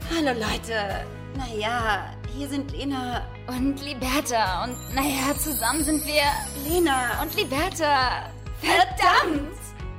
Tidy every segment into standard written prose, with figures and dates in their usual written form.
Hallo Leute, naja, hier sind Lena und Liberta und naja, zusammen sind wir Lena und Liberta. Verdammt!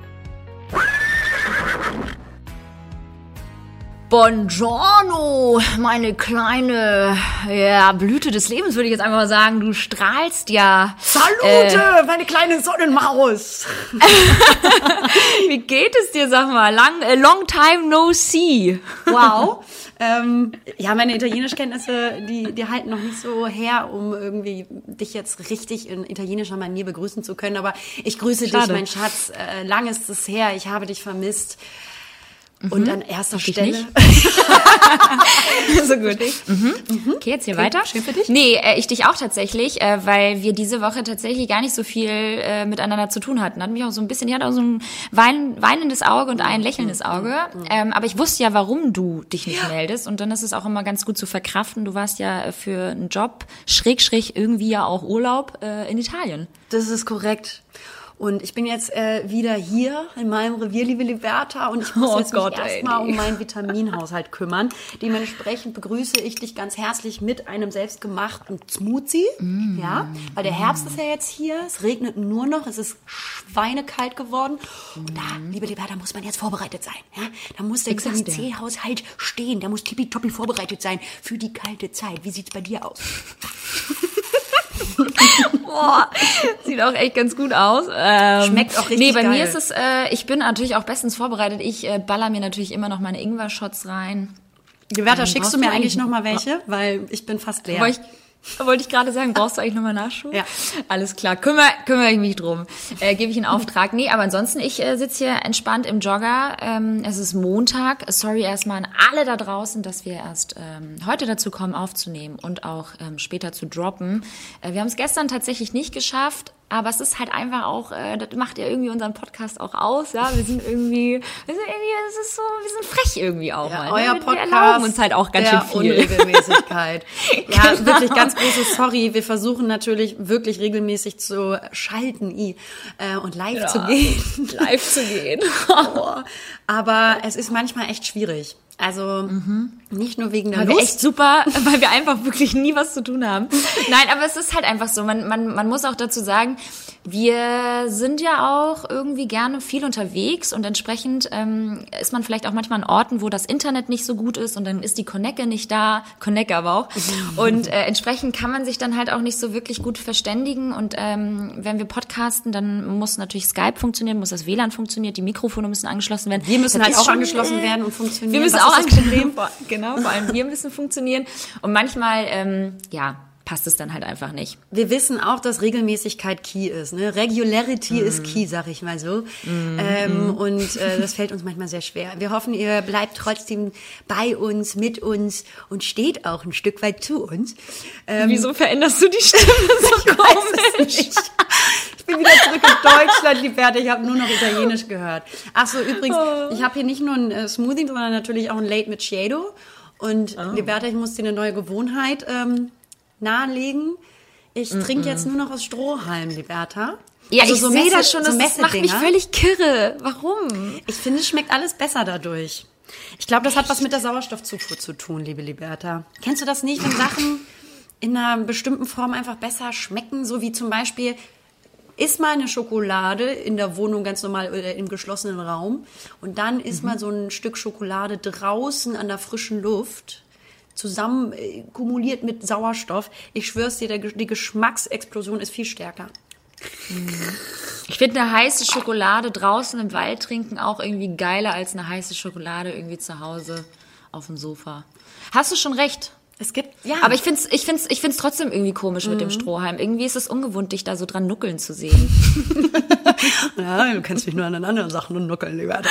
Buongiorno, meine kleine Blüte des Lebens, würde ich jetzt einfach mal sagen. Du strahlst ja. Salute, meine kleine Sonnenmaus. Wie geht es dir, sag mal? Long time no see. Wow. Ja, meine Italienischkenntnisse, die halten noch nicht so her, um irgendwie dich jetzt richtig in italienischer Manier begrüßen zu können. Aber ich grüße dich, mein Schatz. Lang ist es her, ich habe dich vermisst. Und an erster Stelle. So gut. Okay, jetzt hier weiter. Schön für dich? Nee, ich dich auch tatsächlich, weil wir diese Woche tatsächlich gar nicht so viel miteinander zu tun hatten. Hat mich auch so ein bisschen, die hat auch so ein weinendes Auge und ein lächelndes Auge. Aber ich wusste ja, warum du dich nicht meldest. Und dann ist es auch immer ganz gut zu verkraften. Du warst ja für einen Job, schräg irgendwie ja auch Urlaub in Italien. Das ist korrekt. Und ich bin jetzt wieder hier in meinem Revier, liebe Liberta, und ich muss mich erstmal um meinen Vitaminhaushalt kümmern. Dementsprechend begrüße ich dich ganz herzlich mit einem selbstgemachten Smoothie. Ja, weil der Herbst ist ja jetzt hier, es regnet nur noch, es ist schweinekalt geworden. Und da, liebe Liberta, muss man jetzt vorbereitet sein. Ja? Da muss der Vitamin C-Haushalt stehen, der muss tippitoppi vorbereitet sein für die kalte Zeit. Wie sieht's bei dir aus? Boah, sieht auch echt ganz gut aus. Schmeckt auch richtig geil. Nee, bei geil. mir ist es, ich bin natürlich auch bestens vorbereitet. Ich baller mir natürlich immer noch meine Ingwer-Shots rein. Liberta, schickst du mir eigentlich noch mal welche? Weil ich bin fast leer. Wollte ich gerade sagen, brauchst du eigentlich nochmal Nachschub? Ja. Alles klar, kümmere ich mich drum. Gebe ich in Auftrag. Nee, aber ansonsten, ich sitze hier entspannt im Jogger. Es ist Montag. Sorry erstmal an alle da draußen, dass wir erst heute dazu kommen, aufzunehmen und auch später zu droppen. Wir haben es gestern tatsächlich nicht geschafft. Aber es ist halt einfach auch, das macht ja irgendwie unseren Podcast auch aus, ja. Wir sind irgendwie, es ist so, wir sind frech irgendwie auch mal. Euer Ne? Podcast wir erlauben uns halt auch ganz schön viel. Unregelmäßigkeit. Ja, wirklich ganz großes Sorry. Wir versuchen natürlich wirklich regelmäßig zu schalten und live zu gehen. Live zu gehen. Aber es ist manchmal echt schwierig. Also nicht nur wegen der Lust. Echt super, weil wir einfach wirklich nie was zu tun haben. Nein, aber es ist halt einfach so. Man muss auch dazu sagen, wir sind ja auch irgendwie gerne viel unterwegs und entsprechend ist man vielleicht auch manchmal an Orten, wo das Internet nicht so gut ist und dann ist die Connecke nicht da, Connecke aber auch. Und entsprechend kann man sich dann halt auch nicht so wirklich gut verständigen und wenn wir podcasten, dann muss natürlich Skype funktionieren, muss das WLAN funktionieren, die Mikrofone müssen angeschlossen werden. Wir müssen halt auch angeschlossen werden und funktionieren. Wir müssen auch das Problem. Genau, vor allem wir müssen funktionieren. Und manchmal, passt es dann halt einfach nicht. Wir wissen auch, dass Regelmäßigkeit key ist. Ne? Regularity ist key, sag ich mal so. Und das fällt uns manchmal sehr schwer. Wir hoffen, ihr bleibt trotzdem bei uns, mit uns und steht auch ein Stück weit zu uns. Wieso veränderst du die Stimme so komisch? Ich bin wieder zurück in Deutschland, Liberta. Ich habe nur noch Italienisch gehört. Ach so, übrigens, ich habe hier nicht nur einen Smoothie, sondern natürlich auch ein Late Macchiato. Und Liberta, ich muss dir eine neue Gewohnheit nahelegen. Ich trinke jetzt nur noch aus Strohhalmen, Liberta. Ja, also ich sehe das schon, das macht mich völlig kirre. Warum? Ich finde, es schmeckt alles besser dadurch. Ich glaube, das hat was mit der Sauerstoffzufuhr zu tun, liebe Liberta. Kennst du das nicht, wenn Sachen in einer bestimmten Form einfach besser schmecken? So wie zum Beispiel, isst mal eine Schokolade in der Wohnung ganz normal im geschlossenen Raum und dann isst mal so ein Stück Schokolade draußen an der frischen Luft, zusammen kumuliert mit Sauerstoff. Ich schwör's dir, die Geschmacksexplosion ist viel stärker. Ich finde eine heiße Schokolade draußen im Wald trinken auch irgendwie geiler als eine heiße Schokolade irgendwie zu Hause auf dem Sofa. Hast du schon recht. Es gibt, ja. Aber ich find's trotzdem irgendwie komisch mit dem Strohhalm. Irgendwie ist es ungewohnt, dich da so dran nuckeln zu sehen. Ja, du kennst mich nur an den anderen Sachen und nuckeln, lieber.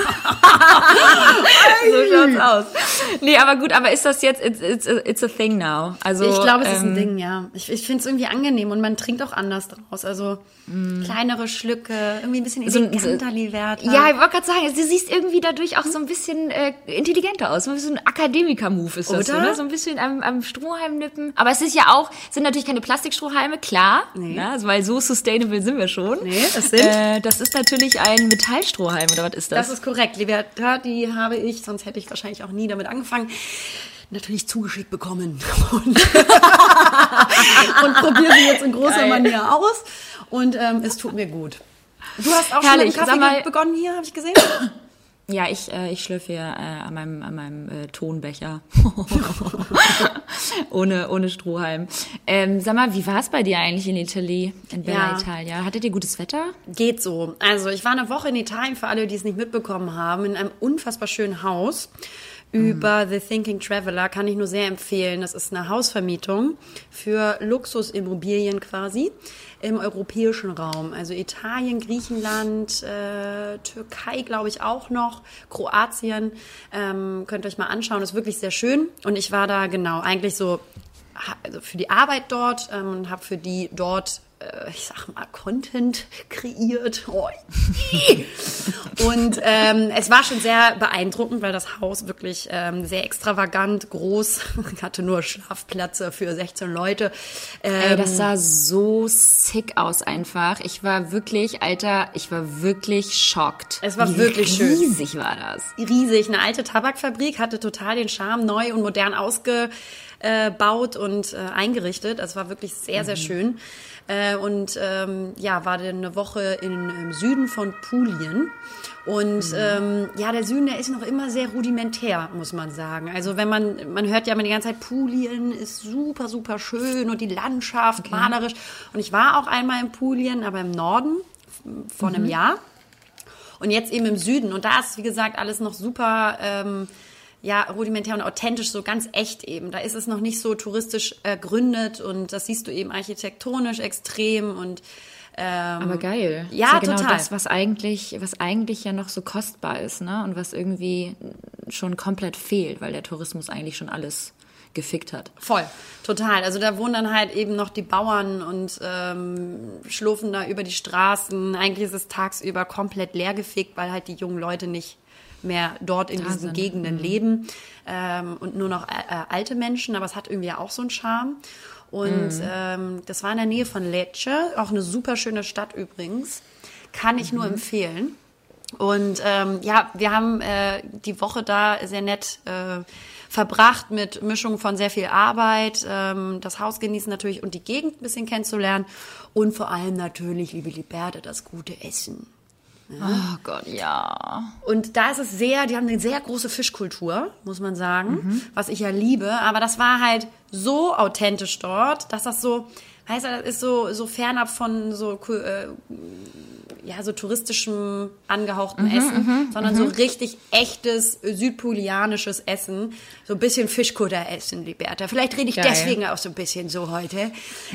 So schaut's aus. Nee, aber gut, aber ist das jetzt, it's a thing now? Also, ich glaube, es ist ein Ding, ja. Ich finde es irgendwie angenehm und man trinkt auch anders draus. Also, kleinere Schlücke, irgendwie ein bisschen eleganter, Liberta. Ja, ich wollte gerade sagen, du siehst irgendwie dadurch auch so ein bisschen intelligenter aus. So ein Akademiker-Move ist das, so, ne? So ein bisschen am Strohhalm nippen. Aber es ist ja auch, sind natürlich keine Plastikstrohhalme, klar. Nee. Ne? Also, weil so sustainable sind wir schon. Nee, es das sind? Das ist natürlich ein Metallstrohhalm, oder was ist das? Das ist korrekt. Liberta, die habe ich, sonst hätte ich wahrscheinlich auch nie damit angefangen, natürlich zugeschickt bekommen. Und probiere sie jetzt in großer Manier aus. Und es tut mir gut. Du hast auch Herrlich. schon mit dem Kaffee begonnen hier, habe ich gesehen? Ja, ich schlürfe hier an meinem Tonbecher. ohne Strohhalm. Sag mal, wie war es bei dir eigentlich in Bella Italia? Hattet ihr gutes Wetter? Geht so. Also ich war eine Woche in Italien, für alle, die es nicht mitbekommen haben, in einem unfassbar schönen Haus. Über The Thinking Traveler kann ich nur sehr empfehlen. Das ist eine Hausvermietung für Luxusimmobilien quasi im europäischen Raum. Also Italien, Griechenland, Türkei glaube ich auch noch, Kroatien. Könnt ihr euch mal anschauen, ist wirklich sehr schön. Und ich war da genau eigentlich so also für die Arbeit dort und habe für die dort ich sag mal, Content kreiert. Oh. Und es war schon sehr beeindruckend, weil das Haus wirklich sehr extravagant, groß, hatte nur Schlafplätze für 16 Leute. Ey, das sah so sick aus einfach. Ich war wirklich schockt. Es war wirklich schön. Riesig war das. Riesig. Eine alte Tabakfabrik, hatte total den Charme, neu und modern ausgebaut und eingerichtet. Es war wirklich sehr, sehr schön. Und war dann eine Woche im Süden von Puglia. Und der Süden, der ist noch immer sehr rudimentär, muss man sagen. Also wenn man hört ja immer die ganze Zeit, Puglia ist super, super schön und die Landschaft malerisch. Und ich war auch einmal in Puglia, aber im Norden vor einem Jahr. Und jetzt eben im Süden. Und da ist, wie gesagt, alles noch super rudimentär und authentisch, so ganz echt eben. Da ist es noch nicht so touristisch ergründet und das siehst du eben architektonisch extrem und aber geil. Ja, ist genau total. Das, was eigentlich ja noch so kostbar ist, ne? Und was irgendwie schon komplett fehlt, weil der Tourismus eigentlich schon alles gefickt hat. Voll, total. Also da wohnen dann halt eben noch die Bauern und schlurfen da über die Straßen. Eigentlich ist es tagsüber komplett leergefickt, weil halt die jungen Leute nicht mehr dort in diesen Gegenden leben und nur noch alte Menschen, aber es hat irgendwie auch so einen Charme. Und das war in der Nähe von Lecce, auch eine super schöne Stadt übrigens, kann ich nur empfehlen. Und wir haben die Woche da sehr nett verbracht mit Mischung von sehr viel Arbeit, das Haus genießen natürlich und die Gegend ein bisschen kennenzulernen und vor allem natürlich, liebe Liberta, das gute Essen. Ja. Oh Gott, ja. Und da ist es die haben eine sehr große Fischkultur, muss man sagen, was ich ja liebe. Aber das war halt so authentisch dort, dass das so, heißt das ist so fernab von so touristischem angehauchten Essen, sondern so richtig echtes südpulianisches Essen. So ein bisschen Fischkutter-Essen, Liberta. Vielleicht rede ich deswegen auch so ein bisschen so heute.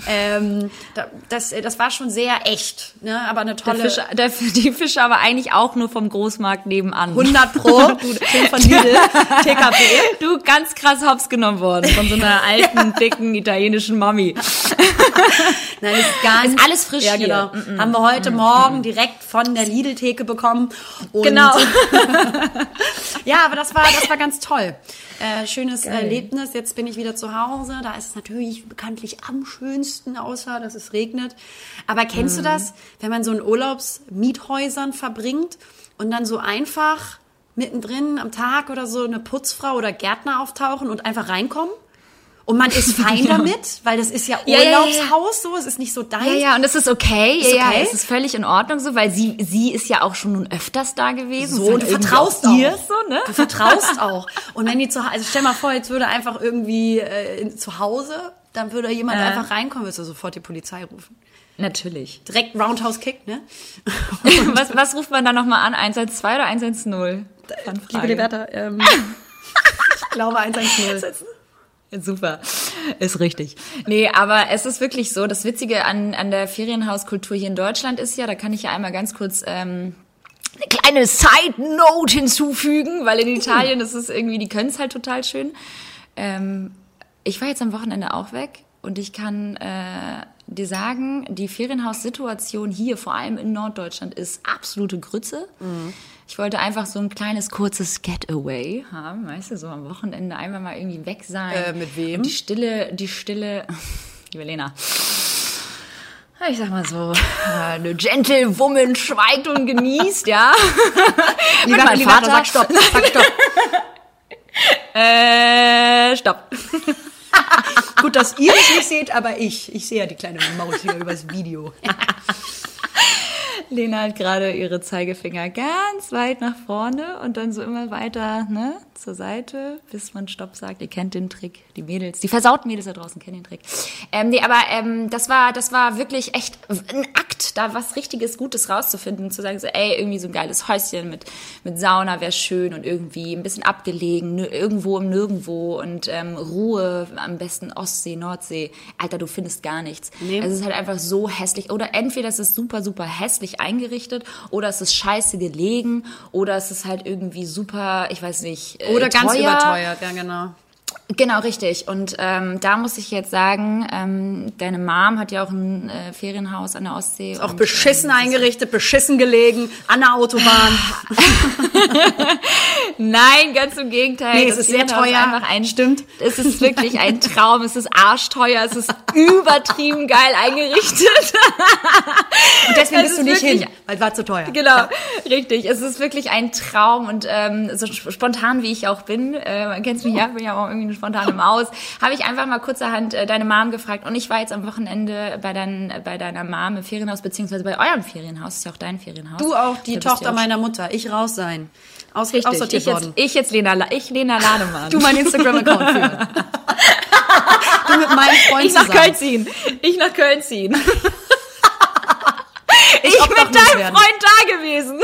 Das war schon sehr echt, ne? Aber eine tolle... Die Fische aber eigentlich auch nur vom Großmarkt nebenan. 100 Pro, von Lidl, TKP. Du, ganz krass hops genommen worden von so einer alten, dicken italienischen Mami. Nein, das ist gar nicht. Ist alles frisch hier. Genau. Haben wir heute Morgen direkt von der Lidl-Theke bekommen. Und genau. Ja, aber das war ganz toll. Schönes Erlebnis. Jetzt bin ich wieder zu Hause. Da ist es natürlich bekanntlich am schönsten, außer dass es regnet. Aber kennst du das, wenn man so in Urlaubsmiethäusern verbringt und dann so einfach mittendrin am Tag oder so eine Putzfrau oder Gärtner auftauchen und einfach reinkommen? Und man ist fein damit, weil das ist ja Urlaubshaus so, es ist nicht so dein. Ja, und das ist okay. Ist okay. Es ist völlig in Ordnung so, weil sie ist ja auch schon nun öfters da gewesen. So, und du vertraust auch. So, ne? Du vertraust auch. Und wenn die also stell mal vor, jetzt würde einfach irgendwie zu Hause, dann würde jemand einfach reinkommen, würdest du sofort die Polizei rufen. Natürlich. Direkt Roundhouse-Kick, ne? was ruft man da nochmal an? 112 oder 110? Liebe Liberta, ich glaube 110. Super, ist richtig. Nee, aber es ist wirklich so, das Witzige an der Ferienhauskultur hier in Deutschland ist ja, da kann ich ja einmal ganz kurz eine kleine Side-Note hinzufügen, weil in Italien, das ist irgendwie, die können es halt total schön. Ich war jetzt am Wochenende auch weg und ich kann dir sagen, die Ferienhaussituation hier, vor allem in Norddeutschland, ist absolute Grütze. Ich wollte einfach so ein kleines, kurzes Getaway haben, weißt du, so am Wochenende einfach mal irgendwie weg sein. Mit wem? Und die Stille, liebe Lena. ich sag mal so, eine Gentlewoman schweigt und genießt, ja. Mein Vater sagt Stopp, sag Stopp. Stopp. Gut, dass ihr es nicht seht, aber ich sehe ja die kleine Maus hier übers Video. Lena hat gerade ihre Zeigefinger ganz weit nach vorne und dann so immer weiter, ne, zur Seite, bis man Stopp sagt. Ihr kennt den Trick, die Mädels, die versauten Mädels da draußen kennen den Trick. Das war wirklich echt ein Akt, da was richtiges Gutes rauszufinden, zu sagen so, ey, irgendwie so ein geiles Häuschen mit Sauna wäre schön und irgendwie ein bisschen abgelegen, irgendwo im Nirgendwo und Ruhe, am besten Ostsee, Nordsee. Alter, du findest gar nichts. Nee. Es ist halt einfach so hässlich. Oder entweder es ist super, super hässlich eingerichtet oder es ist scheiße gelegen oder es ist halt irgendwie super, ich weiß nicht, oder ganz überteuert, ja genau. Genau, richtig. Und da muss ich jetzt sagen, deine Mom hat ja auch ein Ferienhaus an der Ostsee. Ist auch beschissen eingerichtet, beschissen gelegen, an der Autobahn. Nein, ganz im Gegenteil. Nee, es ist sehr teuer. Stimmt. Es ist wirklich ein Traum. Es ist arschteuer. Es ist übertrieben geil eingerichtet. Und deswegen bist du nicht hin, weil es war zu teuer. Genau, ja. Richtig. Es ist wirklich ein Traum. Und so spontan wie ich auch bin, man kennt mich ja, bin ja auch irgendwie eine spontane Maus, habe ich einfach mal kurzerhand deine Mom gefragt. Und ich war jetzt am Wochenende bei deiner Mom im Ferienhaus, beziehungsweise bei eurem Ferienhaus. Ist ja auch dein Ferienhaus. Du auch, die Tochter meiner Mutter. Ich raus sein. Richtig, ich Lena Lademann. Du mein Instagram-Account führen. Du mit meinem Freund zusammen. Ich nach Köln ziehen. Ich mit deinem Freund da gewesen.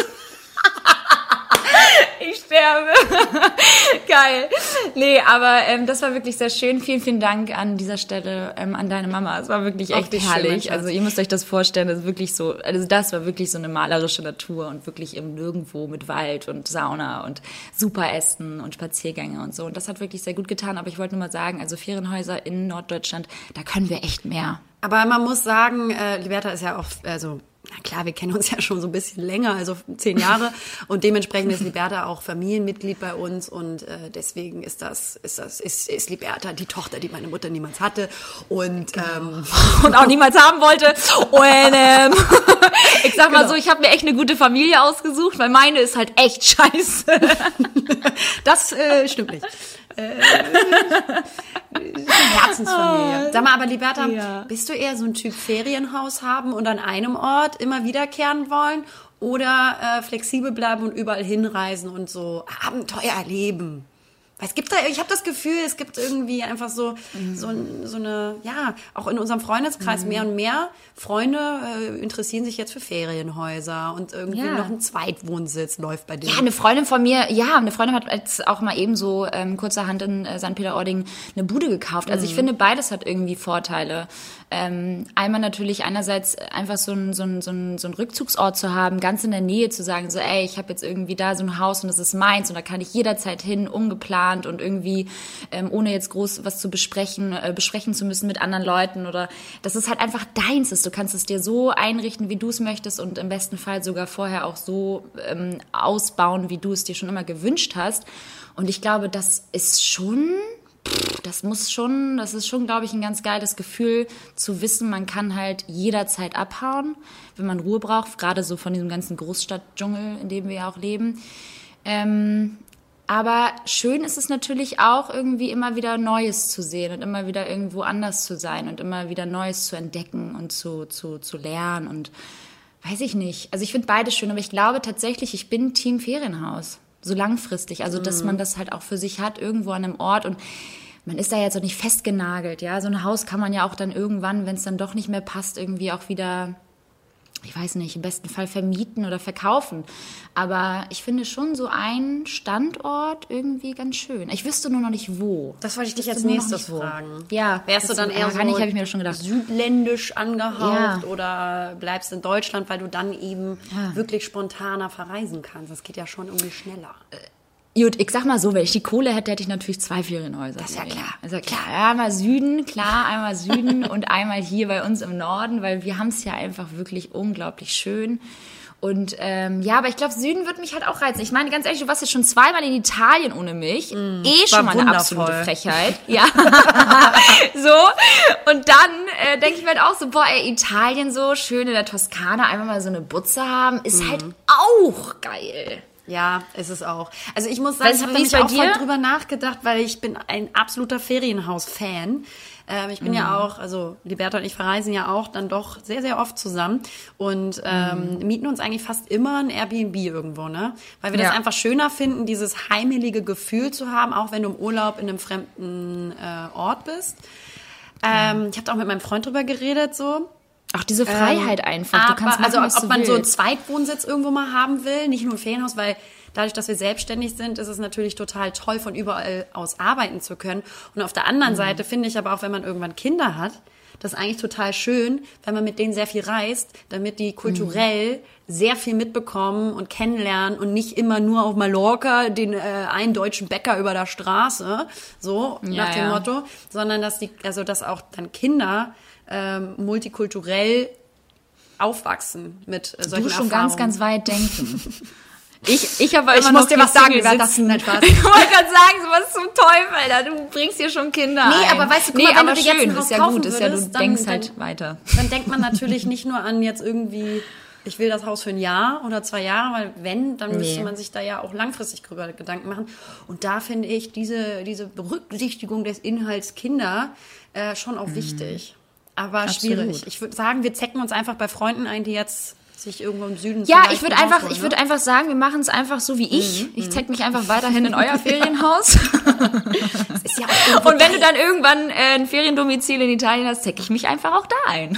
Ich sterbe. Geil. Nee, aber das war wirklich sehr schön. Vielen, vielen Dank an dieser Stelle an deine Mama. Es war wirklich echt herrlich. Schön, also ihr müsst euch das vorstellen, das ist wirklich so, also das war wirklich so eine malerische Natur und wirklich im Nirgendwo mit Wald und Sauna und super Essen und Spaziergänge und so. Und das hat wirklich sehr gut getan. Aber ich wollte nur mal sagen, also Ferienhäuser in Norddeutschland, da können wir echt mehr. Aber man muss sagen, Liberta ist ja auch, also na klar, wir kennen uns ja schon so ein bisschen länger, also 10 Jahre. Und dementsprechend ist Liberta auch Familienmitglied bei uns. Und deswegen ist Liberta die Tochter, die meine Mutter niemals hatte. Und auch niemals haben wollte. Und ich sag mal so, ich habe mir echt eine gute Familie ausgesucht, weil meine ist halt echt scheiße. Das stimmt nicht. Herzensfamilie. Sag mal, aber Liberta, bist du eher so ein Typ Ferienhaus haben und an einem Ort immer wiederkehren wollen oder flexibel bleiben und überall hinreisen und so Abenteuer erleben? Weil es gibt ich habe das Gefühl, es gibt irgendwie einfach so eine, ja, auch in unserem Freundeskreis mehr und mehr Freunde interessieren sich jetzt für Ferienhäuser und irgendwie noch ein Zweitwohnsitz läuft bei denen. Ja, eine Freundin hat jetzt auch mal eben so kurzerhand in St. Peter-Ording eine Bude gekauft. Also ich finde, beides hat irgendwie Vorteile. Einmal natürlich einerseits einfach so ein Rückzugsort zu haben, ganz in der Nähe zu sagen, so ey, ich habe jetzt irgendwie da so ein Haus und das ist meins und da kann ich jederzeit hin, ungeplant und irgendwie ohne jetzt groß was zu besprechen zu müssen mit anderen Leuten oder dass es halt einfach deins ist. Du kannst es dir so einrichten, wie du es möchtest und im besten Fall sogar vorher auch so ausbauen, wie du es dir schon immer gewünscht hast. Und ich glaube, das ist schon, glaube ich, ein ganz geiles Gefühl zu wissen, man kann halt jederzeit abhauen, wenn man Ruhe braucht, gerade so von diesem ganzen Großstadtdschungel, in dem wir ja auch leben. Aber schön ist es natürlich auch, irgendwie immer wieder Neues zu sehen und immer wieder irgendwo anders zu sein und immer wieder Neues zu entdecken und zu lernen und weiß ich nicht. Also ich finde beides schön, aber ich glaube tatsächlich, ich bin Team Ferienhaus. So langfristig, also dass man das halt auch für sich hat, irgendwo an einem Ort und man ist da jetzt auch nicht festgenagelt, ja, so ein Haus kann man ja auch dann irgendwann, wenn es dann doch nicht mehr passt, irgendwie auch wieder, ich weiß nicht, im besten Fall vermieten oder verkaufen, aber ich finde schon so einen Standort irgendwie ganz schön. Ich wüsste nur noch nicht wo. Das wollte ich dich als nächstes fragen. Ja, wärst du dann eher so habe ich mir schon gedacht, südländisch angehaucht oder bleibst in Deutschland, weil du dann eben wirklich spontaner verreisen kannst. Das geht ja schon irgendwie schneller. Gut, ich sag mal so, wenn ich die Kohle hätte, hätte ich natürlich 2 Ferienhäuser. Das ist ja klar. Also klar, einmal Süden und einmal hier bei uns im Norden, weil wir haben es ja einfach wirklich unglaublich schön. Und aber ich glaube, Süden wird mich halt auch reizen. Ich meine, ganz ehrlich, du warst jetzt schon zweimal in Italien ohne mich. Schon mal eine absolute Frechheit. Ja. So. Und dann denke ich mir halt auch so, Italien so, schön in der Toskana, einfach mal so eine Butze haben, ist halt auch geil. Ja, ist es auch. Also ich muss sagen, ich habe nämlich auch voll drüber nachgedacht, weil ich bin ein absoluter Ferienhaus-Fan. Ich bin ja auch, also Liberta und ich verreisen ja auch dann doch sehr, sehr oft zusammen und mieten uns eigentlich fast immer ein Airbnb irgendwo, ne? Weil wir das einfach schöner finden, dieses heimelige Gefühl zu haben, auch wenn du im Urlaub in einem fremden Ort bist. Ich habe auch mit meinem Freund drüber geredet, so. Auch diese Freiheit einfach. Du kannst machen, ob man so einen Zweitwohnsitz irgendwo mal haben will, nicht nur ein Ferienhaus, weil dadurch, dass wir selbstständig sind, ist es natürlich total toll, von überall aus arbeiten zu können. Und auf der anderen Seite finde ich aber auch, wenn man irgendwann Kinder hat, das ist eigentlich total schön, wenn man mit denen sehr viel reist, damit die kulturell sehr viel mitbekommen und kennenlernen und nicht immer nur auf Mallorca den einen deutschen Bäcker über der Straße, so nach dem Motto, sondern dass auch dann Kinder multikulturell aufwachsen mit solchen Erfahrungen. Du schon ganz, ganz weit denken. Ich habe immer noch dir was sagen, Nein, Spaß. Ich wollte gerade sagen, sowas zum Teufel, Alter. Du bringst hier schon Kinder ein. Aber weißt du, guck mal, wenn du dir jetzt ein Haus kaufen würdest, du denkst halt weiter. Dann denkt man natürlich nicht nur an jetzt irgendwie, ich will das Haus für ein Jahr oder 2 Jahre, weil dann müsste man sich da ja auch langfristig drüber Gedanken machen. Und da finde ich diese Berücksichtigung des Inhalts Kinder schon auch wichtig. Aber schwierig. Ich würde sagen, wir zecken uns einfach bei Freunden ein, die jetzt sich irgendwo im Süden ich würde einfach sagen, wir machen es einfach so wie ich. Ich zeig mich einfach weiterhin in euer Ferienhaus. Das ist ja auch und wenn du dann irgendwann ein Feriendomizil in Italien hast, zeig ich mich einfach auch da ein.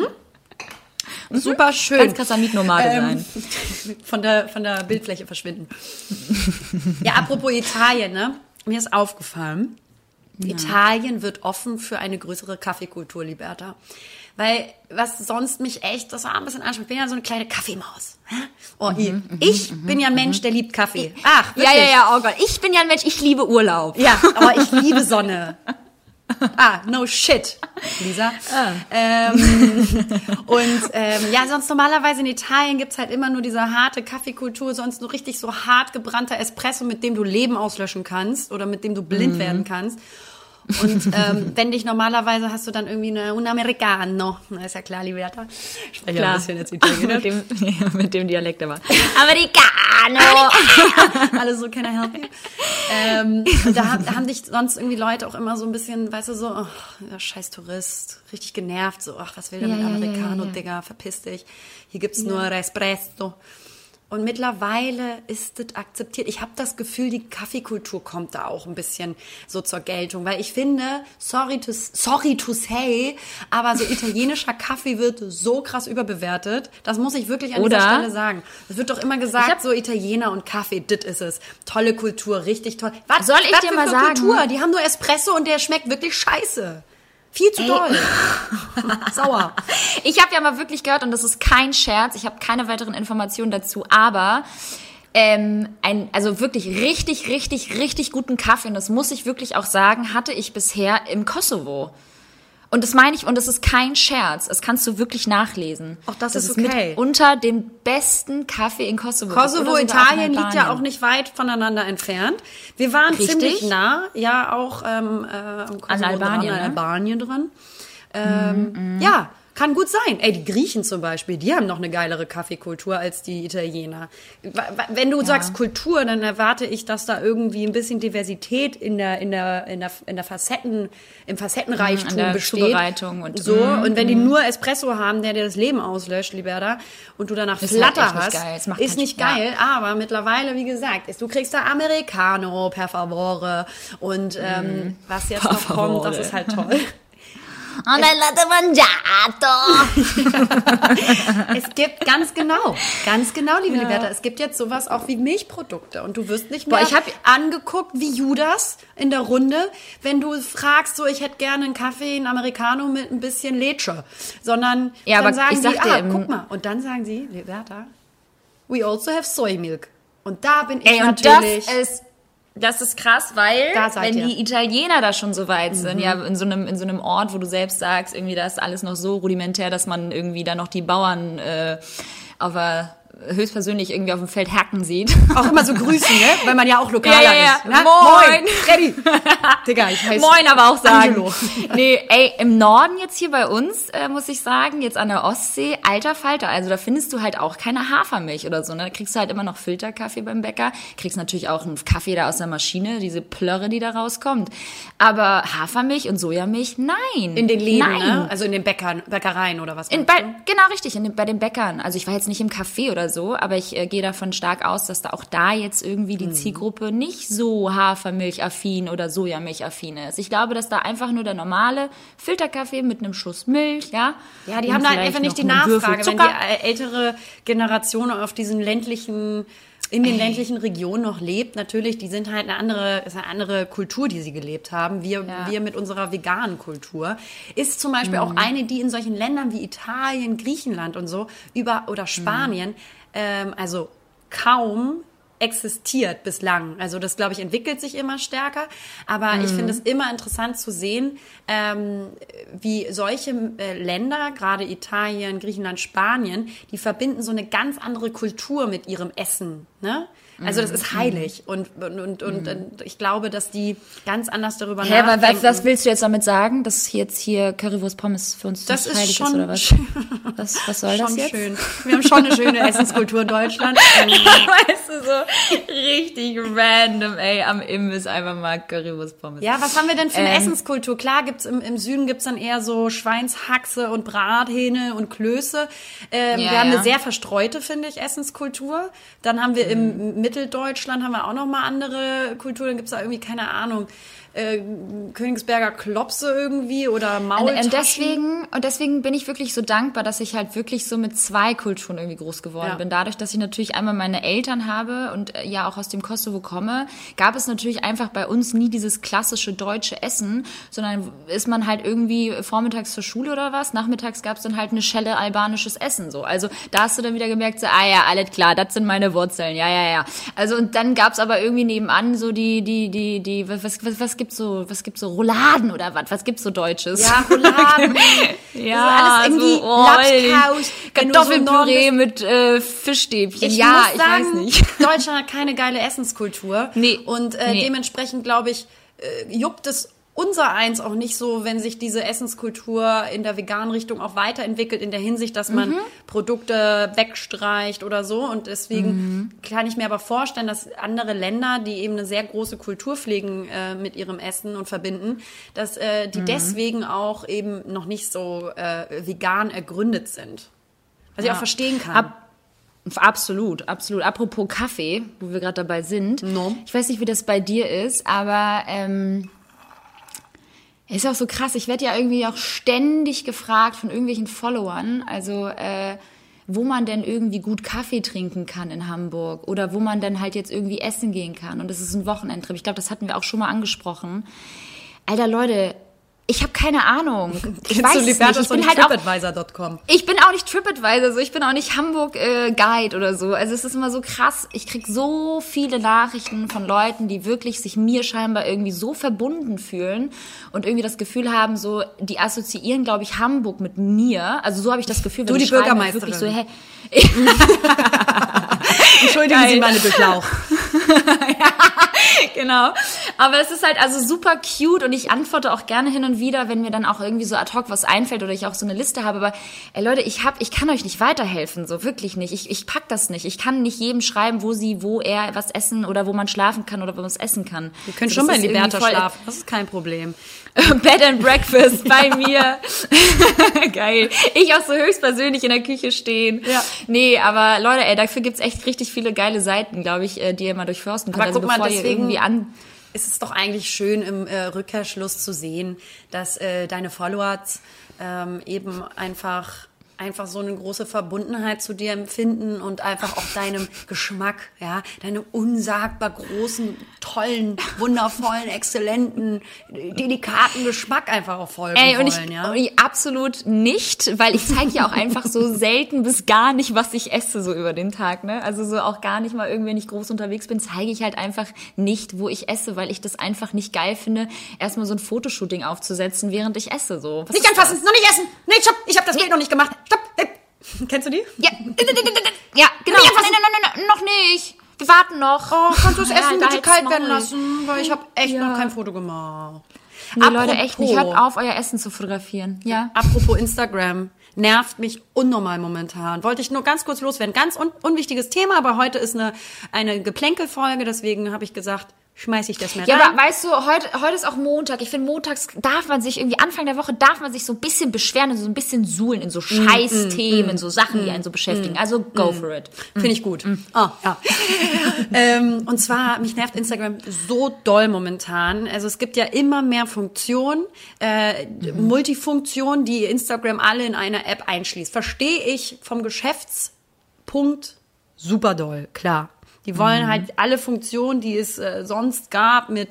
Super schön. Ganz krasser Mietnomade sein. Von der Bildfläche verschwinden. Ja, apropos Italien, ne? Mir ist aufgefallen, Italien wird offen für eine größere Kaffeekultur, Liberta. Weil, was sonst mich echt, das war ein bisschen anstrengend. Ich bin ja so eine kleine Kaffeemaus. Ich bin ja ein Mensch, der liebt Kaffee. Ach, wirklich? Ja, oh Gott. Ich bin ja ein Mensch, ich liebe Urlaub. Ja, aber ich liebe Sonne. No shit, Lisa. Sonst normalerweise in Italien gibt's halt immer nur diese harte Kaffeekultur, sonst nur richtig so hart gebrannter Espresso, mit dem du Leben auslöschen kannst oder mit dem du blind werden kannst. Und wenn dich normalerweise hast du dann irgendwie un Americano. Na, ist ja klar, Liberta. Ich spreche ja ein bisschen jetzt Italienisch. mit dem Dialekt aber. Americano! Alle so, can I help you? Da haben dich sonst irgendwie Leute auch immer so ein bisschen, weißt du, so, der scheiß Tourist, richtig genervt, so, was will der mit Americano, Digga, verpiss dich. Hier gibt's nur Espresso. Und mittlerweile ist das akzeptiert. Ich habe das Gefühl, die Kaffeekultur kommt da auch ein bisschen so zur Geltung. Weil ich finde, sorry to say, aber so italienischer Kaffee wird so krass überbewertet. Das muss ich wirklich an dieser Stelle sagen. Es wird doch immer gesagt, so Italiener und Kaffee, das ist es. Tolle Kultur, richtig toll. Was soll ich dir mal sagen? Kultur? Die haben nur Espresso und der schmeckt wirklich scheiße. Viel zu doll. Sauer. Ich habe ja mal wirklich gehört, und das ist kein Scherz, ich habe keine weiteren Informationen dazu, aber also wirklich richtig, richtig, richtig guten Kaffee, und das muss ich wirklich auch sagen, hatte ich bisher im Kosovo. Und das meine ich, und das ist kein Scherz. Das kannst du wirklich nachlesen. Auch das ist okay. Mit unter dem besten Kaffee in Kosovo. Kosovo, Italien liegt ja auch nicht weit voneinander entfernt. Wir waren ziemlich nah, ja auch an Albanien dran. Ja, kann gut sein. Ey, die Griechen zum Beispiel, die haben noch eine geilere Kaffeekultur als die Italiener. Wenn du sagst Kultur, dann erwarte ich, dass da irgendwie ein bisschen Diversität im Facettenreichtum besteht. Zubereitung und so. Und wenn die nur Espresso haben, der dir das Leben auslöscht, Liberta, und du danach Flatter hast, ist nicht geil. Aber mittlerweile, wie gesagt, du kriegst da Americano, per favore. Und was jetzt noch kommt, das ist halt toll. Und ein Latte Macchiato. Es gibt ganz genau, liebe Liberta, es gibt jetzt sowas auch wie Milchprodukte. Und du wirst nicht mehr angeguckt wie Judas in der Runde, wenn du fragst, so, ich hätte gerne einen Kaffee, einen Americano mit ein bisschen Leche. Sondern dann sagen sie, guck mal. Und dann sagen sie, Liberta, we also have soy milk. Und da bin ich natürlich... Das ist krass, weil wenn die Italiener da schon so weit sind, ja, in so einem Ort, wo du selbst sagst, irgendwie da ist alles noch so rudimentär, dass man irgendwie da noch die Bauern auf der höchstpersönlich irgendwie auf dem Feld hacken sieht. Auch immer so grüßen, ne? Weil man ja auch lokaler ist. Ne? Moin! Freddy! Digga, ich heiße Moin aber auch sagen. Angelo. Nee, ey, im Norden jetzt hier bei uns, muss ich sagen, jetzt an der Ostsee, alter Falter. Also da findest du halt auch keine Hafermilch oder so. Ne? Da kriegst du halt immer noch Filterkaffee beim Bäcker. Kriegst natürlich auch einen Kaffee da aus der Maschine, diese Plörre, die da rauskommt. Aber Hafermilch und Sojamilch, nein. In den Läden, nein. ne? Also in den Bäckereien oder was? Genau, richtig, bei den Bäckern. Also ich war jetzt nicht im Café oder so, aber ich gehe davon stark aus, dass da auch da jetzt irgendwie die Zielgruppe nicht so Hafermilchaffin oder Sojamilchaffin ist. Ich glaube, dass da einfach nur der normale Filterkaffee mit einem Schuss Milch, ja. Ja, die haben da einfach nicht die Nachfrage. Wenn die ältere Generation auf diesen ländlichen in den ländlichen Regionen noch lebt, natürlich, die sind halt ist eine andere Kultur, die sie gelebt haben. Wir mit unserer veganen Kultur ist zum Beispiel auch eine, die in solchen Ländern wie Italien, Griechenland und so oder Spanien, also kaum existiert bislang. Also das, glaube ich, entwickelt sich immer stärker. Aber ich finde es immer interessant zu sehen, wie solche Länder, gerade Italien, Griechenland, Spanien, die verbinden so eine ganz andere Kultur mit ihrem Essen. Ne? Also das ist heilig. Und ich glaube, dass die ganz anders darüber nachdenken. Was willst du jetzt damit sagen? Dass jetzt hier Currywurst Pommes für uns das heilig ist schon, oder was? Was soll das jetzt? Schön. Wir haben schon eine schöne Essenskultur in Deutschland. Weißt du, so richtig random, ey, am Imbiss einfach mal Currywurst Pommes. Ja, was haben wir denn für eine Essenskultur? Klar gibt's im Süden gibt's dann eher so Schweinshaxe und Brathähne und Klöße. Wir haben eine sehr verstreute, finde ich, Essenskultur. Dann haben wir im Mitteldeutschland haben wir auch noch mal andere Kulturen. Dann gibt's da irgendwie, keine Ahnung, Königsberger Klopse irgendwie oder Maultaschen. Und deswegen bin ich wirklich so dankbar, dass ich halt wirklich so mit zwei Kulturen irgendwie groß geworden bin. Dadurch, dass ich natürlich einmal meine Eltern habe und ja auch aus dem Kosovo komme, gab es natürlich einfach bei uns nie dieses klassische deutsche Essen, sondern ist man halt irgendwie vormittags zur Schule oder was, nachmittags gab es dann halt eine Schelle albanisches Essen. So. Also da hast du dann wieder gemerkt, so, alles klar, das sind meine Wurzeln, ja. Also und dann gab es aber irgendwie nebenan so was gibt's so Rouladen oder was gibt's so Deutsches? Ja, Rouladen. Ja, also alles irgendwie so Lapskaus, Kartoffelpüree mit Fischstäbchen. Ich weiß nicht. Deutschland hat keine geile Essenskultur. Nee. Und dementsprechend, glaube ich, juckt es unser eins auch nicht so, wenn sich diese Essenskultur in der veganen Richtung auch weiterentwickelt, in der Hinsicht, dass man Produkte wegstreicht oder so. Und deswegen kann ich mir aber vorstellen, dass andere Länder, die eben eine sehr große Kultur pflegen mit ihrem Essen und verbinden, dass die deswegen auch eben noch nicht so vegan ergründet sind. Was ich auch verstehen kann. Absolut. Apropos Kaffee, wo wir gerade dabei sind. No. Ich weiß nicht, wie das bei dir ist, aber ist auch so krass. Ich werde ja irgendwie auch ständig gefragt von irgendwelchen Followern, also wo man denn irgendwie gut Kaffee trinken kann in Hamburg oder wo man dann halt jetzt irgendwie essen gehen kann. Und das ist ein Wochenendtrip. Ich glaube, das hatten wir auch schon mal angesprochen. Alter, Leute, ich habe keine Ahnung. Ich weiß es nicht. Ich bin halt TripAdvisor.com. Ich bin auch nicht TripAdvisor, so. Ich bin auch nicht Hamburg Guide oder so. Also es ist immer so krass. Ich krieg so viele Nachrichten von Leuten, die wirklich sich mir scheinbar irgendwie so verbunden fühlen und irgendwie das Gefühl haben, so, die assoziieren, glaube ich, Hamburg mit mir. Also so habe ich das Gefühl, wenn du die Bürgermeisterin. Wirklich so, hey. Entschuldigen Sie meine Durchlauch. Ja, genau. Aber es ist halt also super cute und ich antworte auch gerne hin und wieder, wenn mir dann auch irgendwie so ad hoc was einfällt oder ich auch so eine Liste habe. Aber Leute, ich kann euch nicht weiterhelfen, so wirklich nicht. Ich pack das nicht. Ich kann nicht jedem schreiben, wo er was essen oder wo man schlafen kann oder wo man es essen kann. Wir können schon bei Liberta schlafen. Das ist kein Problem. Bed and Breakfast bei mir. Geil. Ich auch so höchstpersönlich in der Küche stehen. Ja. Nee, aber Leute, dafür gibt's echt richtig viele geile Seiten, glaube ich, die ihr mal durchforsten könnt. Aber also, guck mal, deswegen ist es doch eigentlich schön, im Rückkehrschluss zu sehen, dass deine Follower eben einfach so eine große Verbundenheit zu dir empfinden und einfach auch deinem Geschmack, ja, deinem unsagbar großen, tollen, wundervollen, exzellenten, delikaten Geschmack einfach auch folgen wollen, und ich absolut nicht, weil ich zeige ja auch einfach so selten bis gar nicht, was ich esse so über den Tag, ne? Also so auch gar nicht mal irgendwie, wenn ich groß unterwegs bin, zeige ich halt einfach nicht, wo ich esse, weil ich das einfach nicht geil finde, erstmal so ein Fotoshooting aufzusetzen, während ich esse, so. Nicht anfassen, noch nicht essen! Nee, stopp, ich hab das Bild noch nicht gemacht. Stopp! Kennst du die? Ja, ja, genau. Nein, noch nicht. Wir warten noch. Oh, kannst du das Essen bitte kalt werden lassen? Weil ich habe echt noch kein Foto gemacht. Nee, Leute, echt nicht. Hört auf, euer Essen zu fotografieren. Ja. Apropos Instagram. Nervt mich unnormal momentan. Wollte ich nur ganz kurz loswerden. Ganz unwichtiges Thema, aber heute ist eine Geplänkelfolge, deswegen habe ich gesagt, schmeiß ich das mehr rein. Ja, aber weißt du, heute ist auch Montag. Ich finde, montags darf man sich irgendwie, Anfang der Woche darf man sich so ein bisschen beschweren und so ein bisschen suhlen in so Scheißthemen, so Sachen, die einen so beschäftigen. Also go for it. Finde ich gut. Oh, ja. Und zwar, mich nervt Instagram so doll momentan. Also es gibt ja immer mehr Funktionen, Multifunktionen, die Instagram alle in einer App einschließt. Verstehe ich vom Geschäftspunkt super doll, klar. Die wollen halt alle Funktionen, die es sonst gab mit,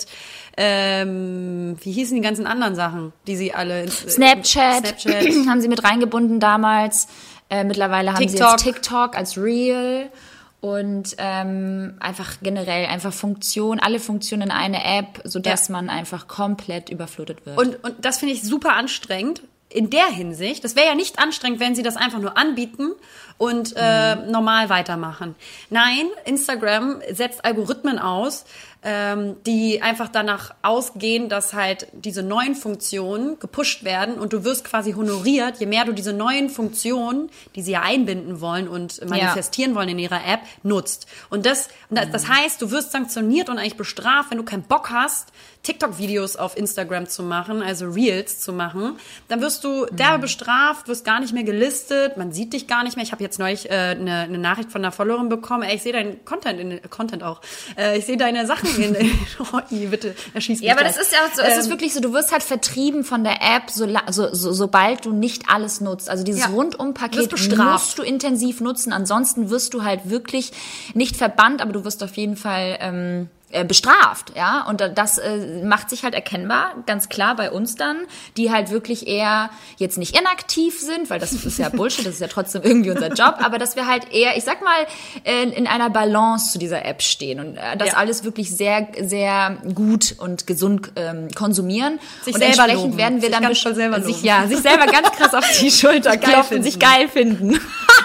wie hießen die ganzen anderen Sachen, die sie alle... Snapchat haben sie mit reingebunden damals. Mittlerweile haben sie jetzt TikTok als Reel. Und einfach generell einfach alle Funktionen in eine App, sodass man einfach komplett überflutet wird. Und das finde ich super anstrengend. In der Hinsicht, das wäre ja nicht anstrengend, wenn sie das einfach nur anbieten und normal weitermachen. Nein, Instagram setzt Algorithmen aus, die einfach danach ausgehen, dass halt diese neuen Funktionen gepusht werden und du wirst quasi honoriert, je mehr du diese neuen Funktionen, die sie ja einbinden wollen und manifestieren wollen in ihrer App, nutzt. Und das heißt, du wirst sanktioniert und eigentlich bestraft, wenn du keinen Bock hast, TikTok-Videos auf Instagram zu machen, also Reels zu machen, dann wirst du derbe bestraft, wirst gar nicht mehr gelistet, man sieht dich gar nicht mehr. Ich habe jetzt neulich eine Nachricht von einer Followerin bekommen, ich sehe deinen Content auch. Ich sehe deine Sachen bitte, erschieß mich. Ja, aber das ist ja auch so, es ist wirklich so, du wirst halt vertrieben von der App, sobald du nicht alles nutzt. Also dieses Rundumpaket musst du intensiv nutzen, ansonsten wirst du halt wirklich nicht verbannt, aber du wirst auf jeden Fall bestraft, ja, und das macht sich halt erkennbar, ganz klar bei uns dann, die halt wirklich eher jetzt nicht inaktiv sind, weil das ist ja Bullshit, das ist ja trotzdem irgendwie unser Job, aber dass wir halt eher, ich sag mal, in einer Balance zu dieser App stehen und das alles wirklich sehr, sehr gut und gesund konsumieren. Und entsprechend werden wir dann sich selber ganz krass auf die Schulter klopfen, sich geil finden.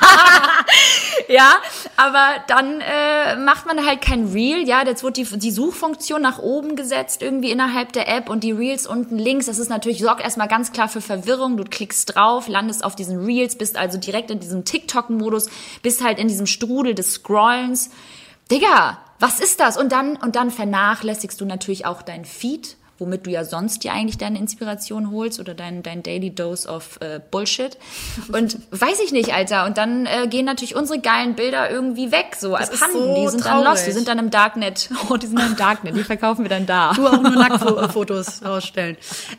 Ja, aber dann macht man halt kein Reel, ja, jetzt wird die Suchfunktion nach oben gesetzt, irgendwie innerhalb der App und die Reels unten links, das ist natürlich, sorgt erstmal ganz klar für Verwirrung, du klickst drauf, landest auf diesen Reels, bist also direkt in diesem TikTok-Modus, bist halt in diesem Strudel des Scrollens. Digga, was ist das? Und dann vernachlässigst du natürlich auch deinen Feed, womit du ja sonst dir eigentlich deine Inspiration holst oder dein Daily Dose of Bullshit. Und weiß ich nicht, Alter. Und dann gehen natürlich unsere geilen Bilder irgendwie weg, so als Panden. Die sind dann lost, die sind dann im Darknet. Oh, die sind dann im Darknet, die verkaufen wir dann da. Du auch nur Nacktfotos rausstellen.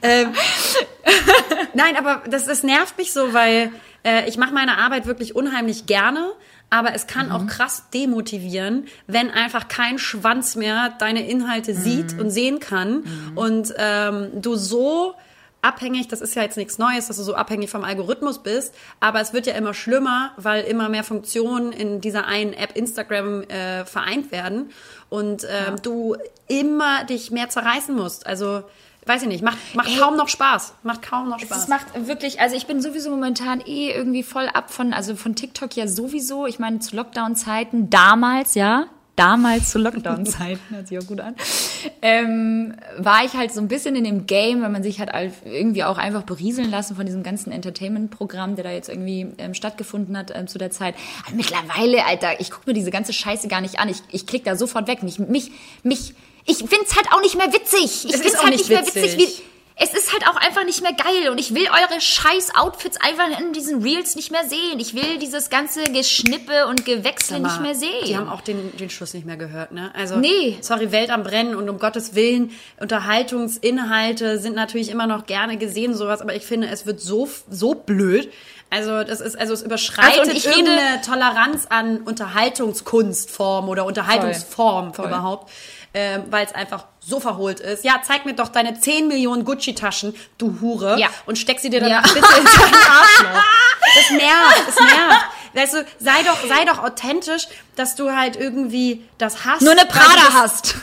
Nein, aber das nervt mich so, weil ich mache meine Arbeit wirklich unheimlich gerne. Aber es kann auch krass demotivieren, wenn einfach kein Schwanz mehr deine Inhalte sieht und sehen kann und du so abhängig, das ist ja jetzt nichts Neues, dass du so abhängig vom Algorithmus bist, aber es wird ja immer schlimmer, weil immer mehr Funktionen in dieser einen App Instagram vereint werden und du immer dich mehr zerreißen musst. Also weiß ich nicht, macht kaum noch Spaß. Es macht wirklich, also ich bin sowieso momentan irgendwie voll ab von TikTok ja sowieso. Ich meine, zu Lockdown-Zeiten, damals zu Lockdown-Zeiten, hört sich auch gut an, war ich halt so ein bisschen in dem Game, weil man sich halt irgendwie auch einfach berieseln lassen von diesem ganzen Entertainment-Programm, der da jetzt irgendwie stattgefunden hat zu der Zeit. Aber mittlerweile, Alter, ich gucke mir diese ganze Scheiße gar nicht an. Ich klick da sofort weg. Ich find's halt auch nicht mehr witzig. Ich find's halt nicht mehr witzig. Es ist halt auch einfach nicht mehr geil und ich will eure scheiß Outfits einfach in diesen Reels nicht mehr sehen. Ich will dieses ganze Geschnippe und Gewechsel nicht mehr sehen. Die haben auch den Schuss nicht mehr gehört, ne? Also, sorry, Welt am Brennen und um Gottes Willen, Unterhaltungsinhalte sind natürlich immer noch gerne gesehen, sowas, aber ich finde, es wird so blöd. Also es überschreitet irgendeine Toleranz an Unterhaltungskunstform oder Unterhaltungsform überhaupt. Weil es einfach so verholt ist. Ja, zeig mir doch deine 10 Millionen Gucci-Taschen, du Hure, und steck sie dir dann bitte in dein Arschloch. Das nervt. Weißt du, sei doch authentisch, dass du halt irgendwie das hast. Nur eine Prada hast.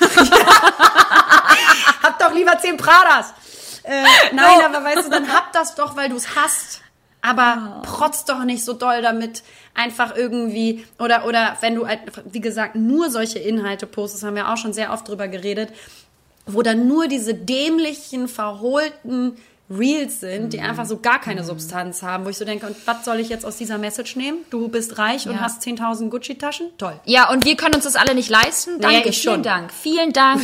Hab doch lieber 10 Pradas. Nein, aber weißt du, dann hab das doch, weil du es hast. aber protz doch nicht so doll damit, einfach irgendwie, oder wenn du, wie gesagt, nur solche Inhalte postest, haben wir auch schon sehr oft drüber geredet, wo dann nur diese dämlichen, verholten Reels sind, die einfach so gar keine Substanz haben, wo ich so denke, und was soll ich jetzt aus dieser Message nehmen? Du bist reich und hast 10.000 Gucci-Taschen? Toll. Ja, und wir können uns das alle nicht leisten? Danke, nee, vielen Dank. Vielen Dank.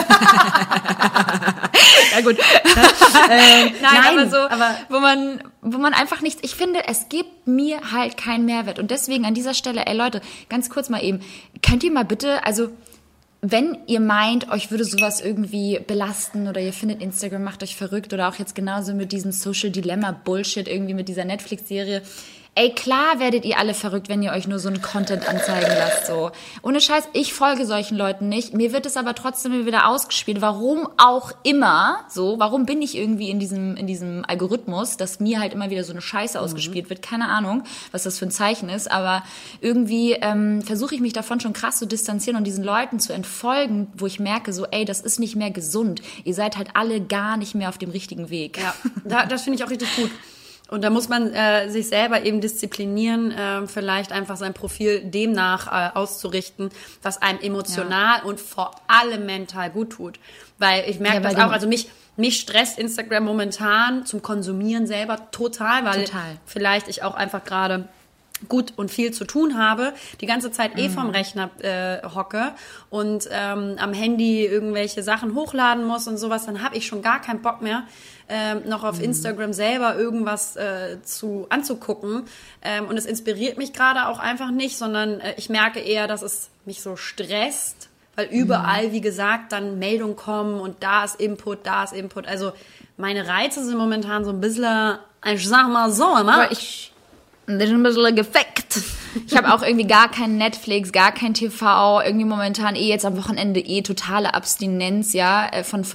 Ja gut. Nein, aber wo man einfach nichts, ich finde, es gibt mir halt keinen Mehrwert. Und deswegen an dieser Stelle, Leute, ganz kurz mal eben, könnt ihr mal bitte, also wenn ihr meint, euch würde sowas irgendwie belasten oder ihr findet Instagram macht euch verrückt oder auch jetzt genauso mit diesem Social Dilemma Bullshit irgendwie mit dieser Netflix-Serie, ey, klar werdet ihr alle verrückt, wenn ihr euch nur so einen Content anzeigen lasst, so. Ohne Scheiß, ich folge solchen Leuten nicht. Mir wird es aber trotzdem wieder ausgespielt. Warum auch immer, so. Warum bin ich irgendwie in diesem Algorithmus, dass mir halt immer wieder so eine Scheiße ausgespielt wird? Keine Ahnung, was das für ein Zeichen ist. Aber irgendwie versuche ich mich davon schon krass zu distanzieren und diesen Leuten zu entfolgen, wo ich merke, so, ey, das ist nicht mehr gesund. Ihr seid halt alle gar nicht mehr auf dem richtigen Weg. Ja, das finde ich auch richtig gut. Und da muss man sich selber eben disziplinieren, vielleicht einfach sein Profil demnach auszurichten, was einem emotional und vor allem mental gut tut. Weil ich merke das auch, also mich stresst Instagram momentan zum Konsumieren selber total, weil vielleicht ich auch einfach gerade gut und viel zu tun habe, die ganze Zeit vorm Rechner hocke und am Handy irgendwelche Sachen hochladen muss und sowas, dann habe ich schon gar keinen Bock mehr, noch auf Instagram selber irgendwas anzugucken. Und es inspiriert mich gerade auch einfach nicht, sondern ich merke eher, dass es mich so stresst, weil überall, wie gesagt, dann Meldungen kommen und da ist Input. Also meine Reize sind momentan so ein bisschen, ich sag mal so, immer. Das ist ein bisschen gefickt. Ich habe auch irgendwie gar kein Netflix, gar kein TV, irgendwie momentan jetzt am Wochenende totale Abstinenz, ja,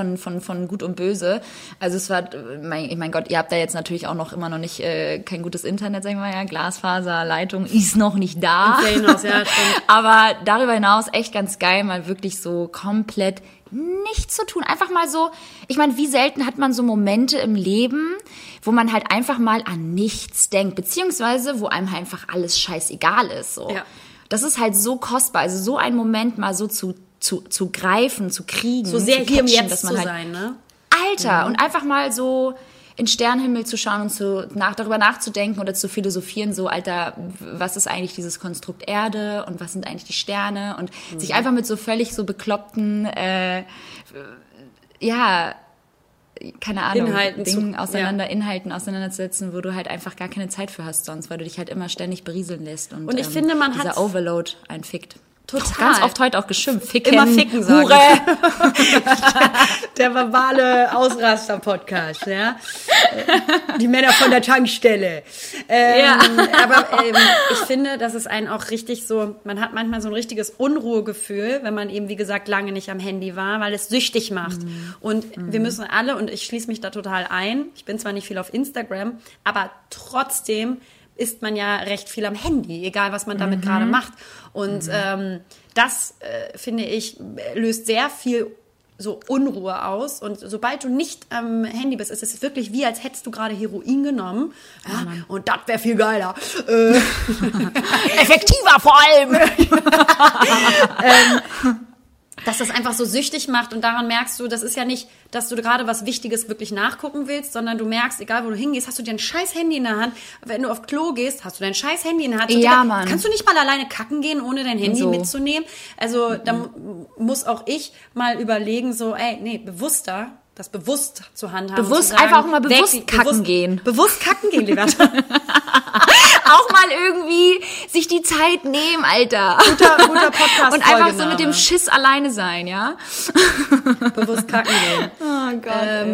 von Gut und Böse. Also es war, mein Gott, ihr habt da jetzt natürlich auch noch immer noch nicht kein gutes Internet, sagen wir mal, ja, Glasfaserleitung ist noch nicht da. Hinaus, ja, stimmt. Aber darüber hinaus echt ganz geil, mal wirklich so komplett nichts zu tun. Einfach mal so, ich meine, wie selten hat man so Momente im Leben, wo man halt einfach mal an nichts denkt, beziehungsweise wo einem einfach alles scheißegal ist. So. Ja. Das ist halt so kostbar. Also so einen Moment mal so zu greifen, zu kriegen. So sehr hier im Jetzt dass man zu halt, sein, ne? Alter, und einfach mal so in den Sternenhimmel zu schauen und darüber nachzudenken oder zu philosophieren, so, Alter, was ist eigentlich dieses Konstrukt Erde und was sind eigentlich die Sterne und sich einfach mit so völlig so bekloppten, keine Ahnung, Inhalten auseinanderzusetzen, wo du halt einfach gar keine Zeit für hast sonst, weil du dich halt immer ständig berieseln lässt und ich finde, man dieser hat Overload einfickt. Total. Ganz oft heute auch geschimpft. Ficken, immer ficken sagen. Hure. Der verbale Ausraster-Podcast, ja. Die Männer von der Tankstelle. Aber ich finde, dass es einen auch richtig so, man hat manchmal so ein richtiges Unruhegefühl, wenn man eben, wie gesagt, lange nicht am Handy war, weil es süchtig macht. Und wir müssen alle, und ich schließe mich da total ein, ich bin zwar nicht viel auf Instagram, aber trotzdem ist man ja recht viel am Handy, egal was man damit gerade macht. Und das, finde ich, löst sehr viel so Unruhe aus. Und sobald du nicht am Handy bist, ist es wirklich wie, als hättest du gerade Heroin genommen. Ja, und das wäre viel geiler. Effektiver vor allem. Dass das einfach so süchtig macht und daran merkst du, das ist ja nicht, dass du gerade was Wichtiges wirklich nachgucken willst, sondern du merkst, egal wo du hingehst, hast du dein scheiß Handy in der Hand. Wenn du auf Klo gehst, hast du dein scheiß Handy in der Hand. Ja, Mann. Kannst du nicht mal alleine kacken gehen, ohne dein Handy mitzunehmen? Also da muss auch ich mal überlegen, so, das bewusst zu handhaben. Bewusst, sagen, einfach mal bewusst kacken gehen. Bewusst kacken gehen, lieber. Auch mal irgendwie sich die Zeit nehmen, Alter. Guter Podcast. Und einfach so mit dem Schiss alleine sein, ja? Bewusst kacken gehen. Oh Gott.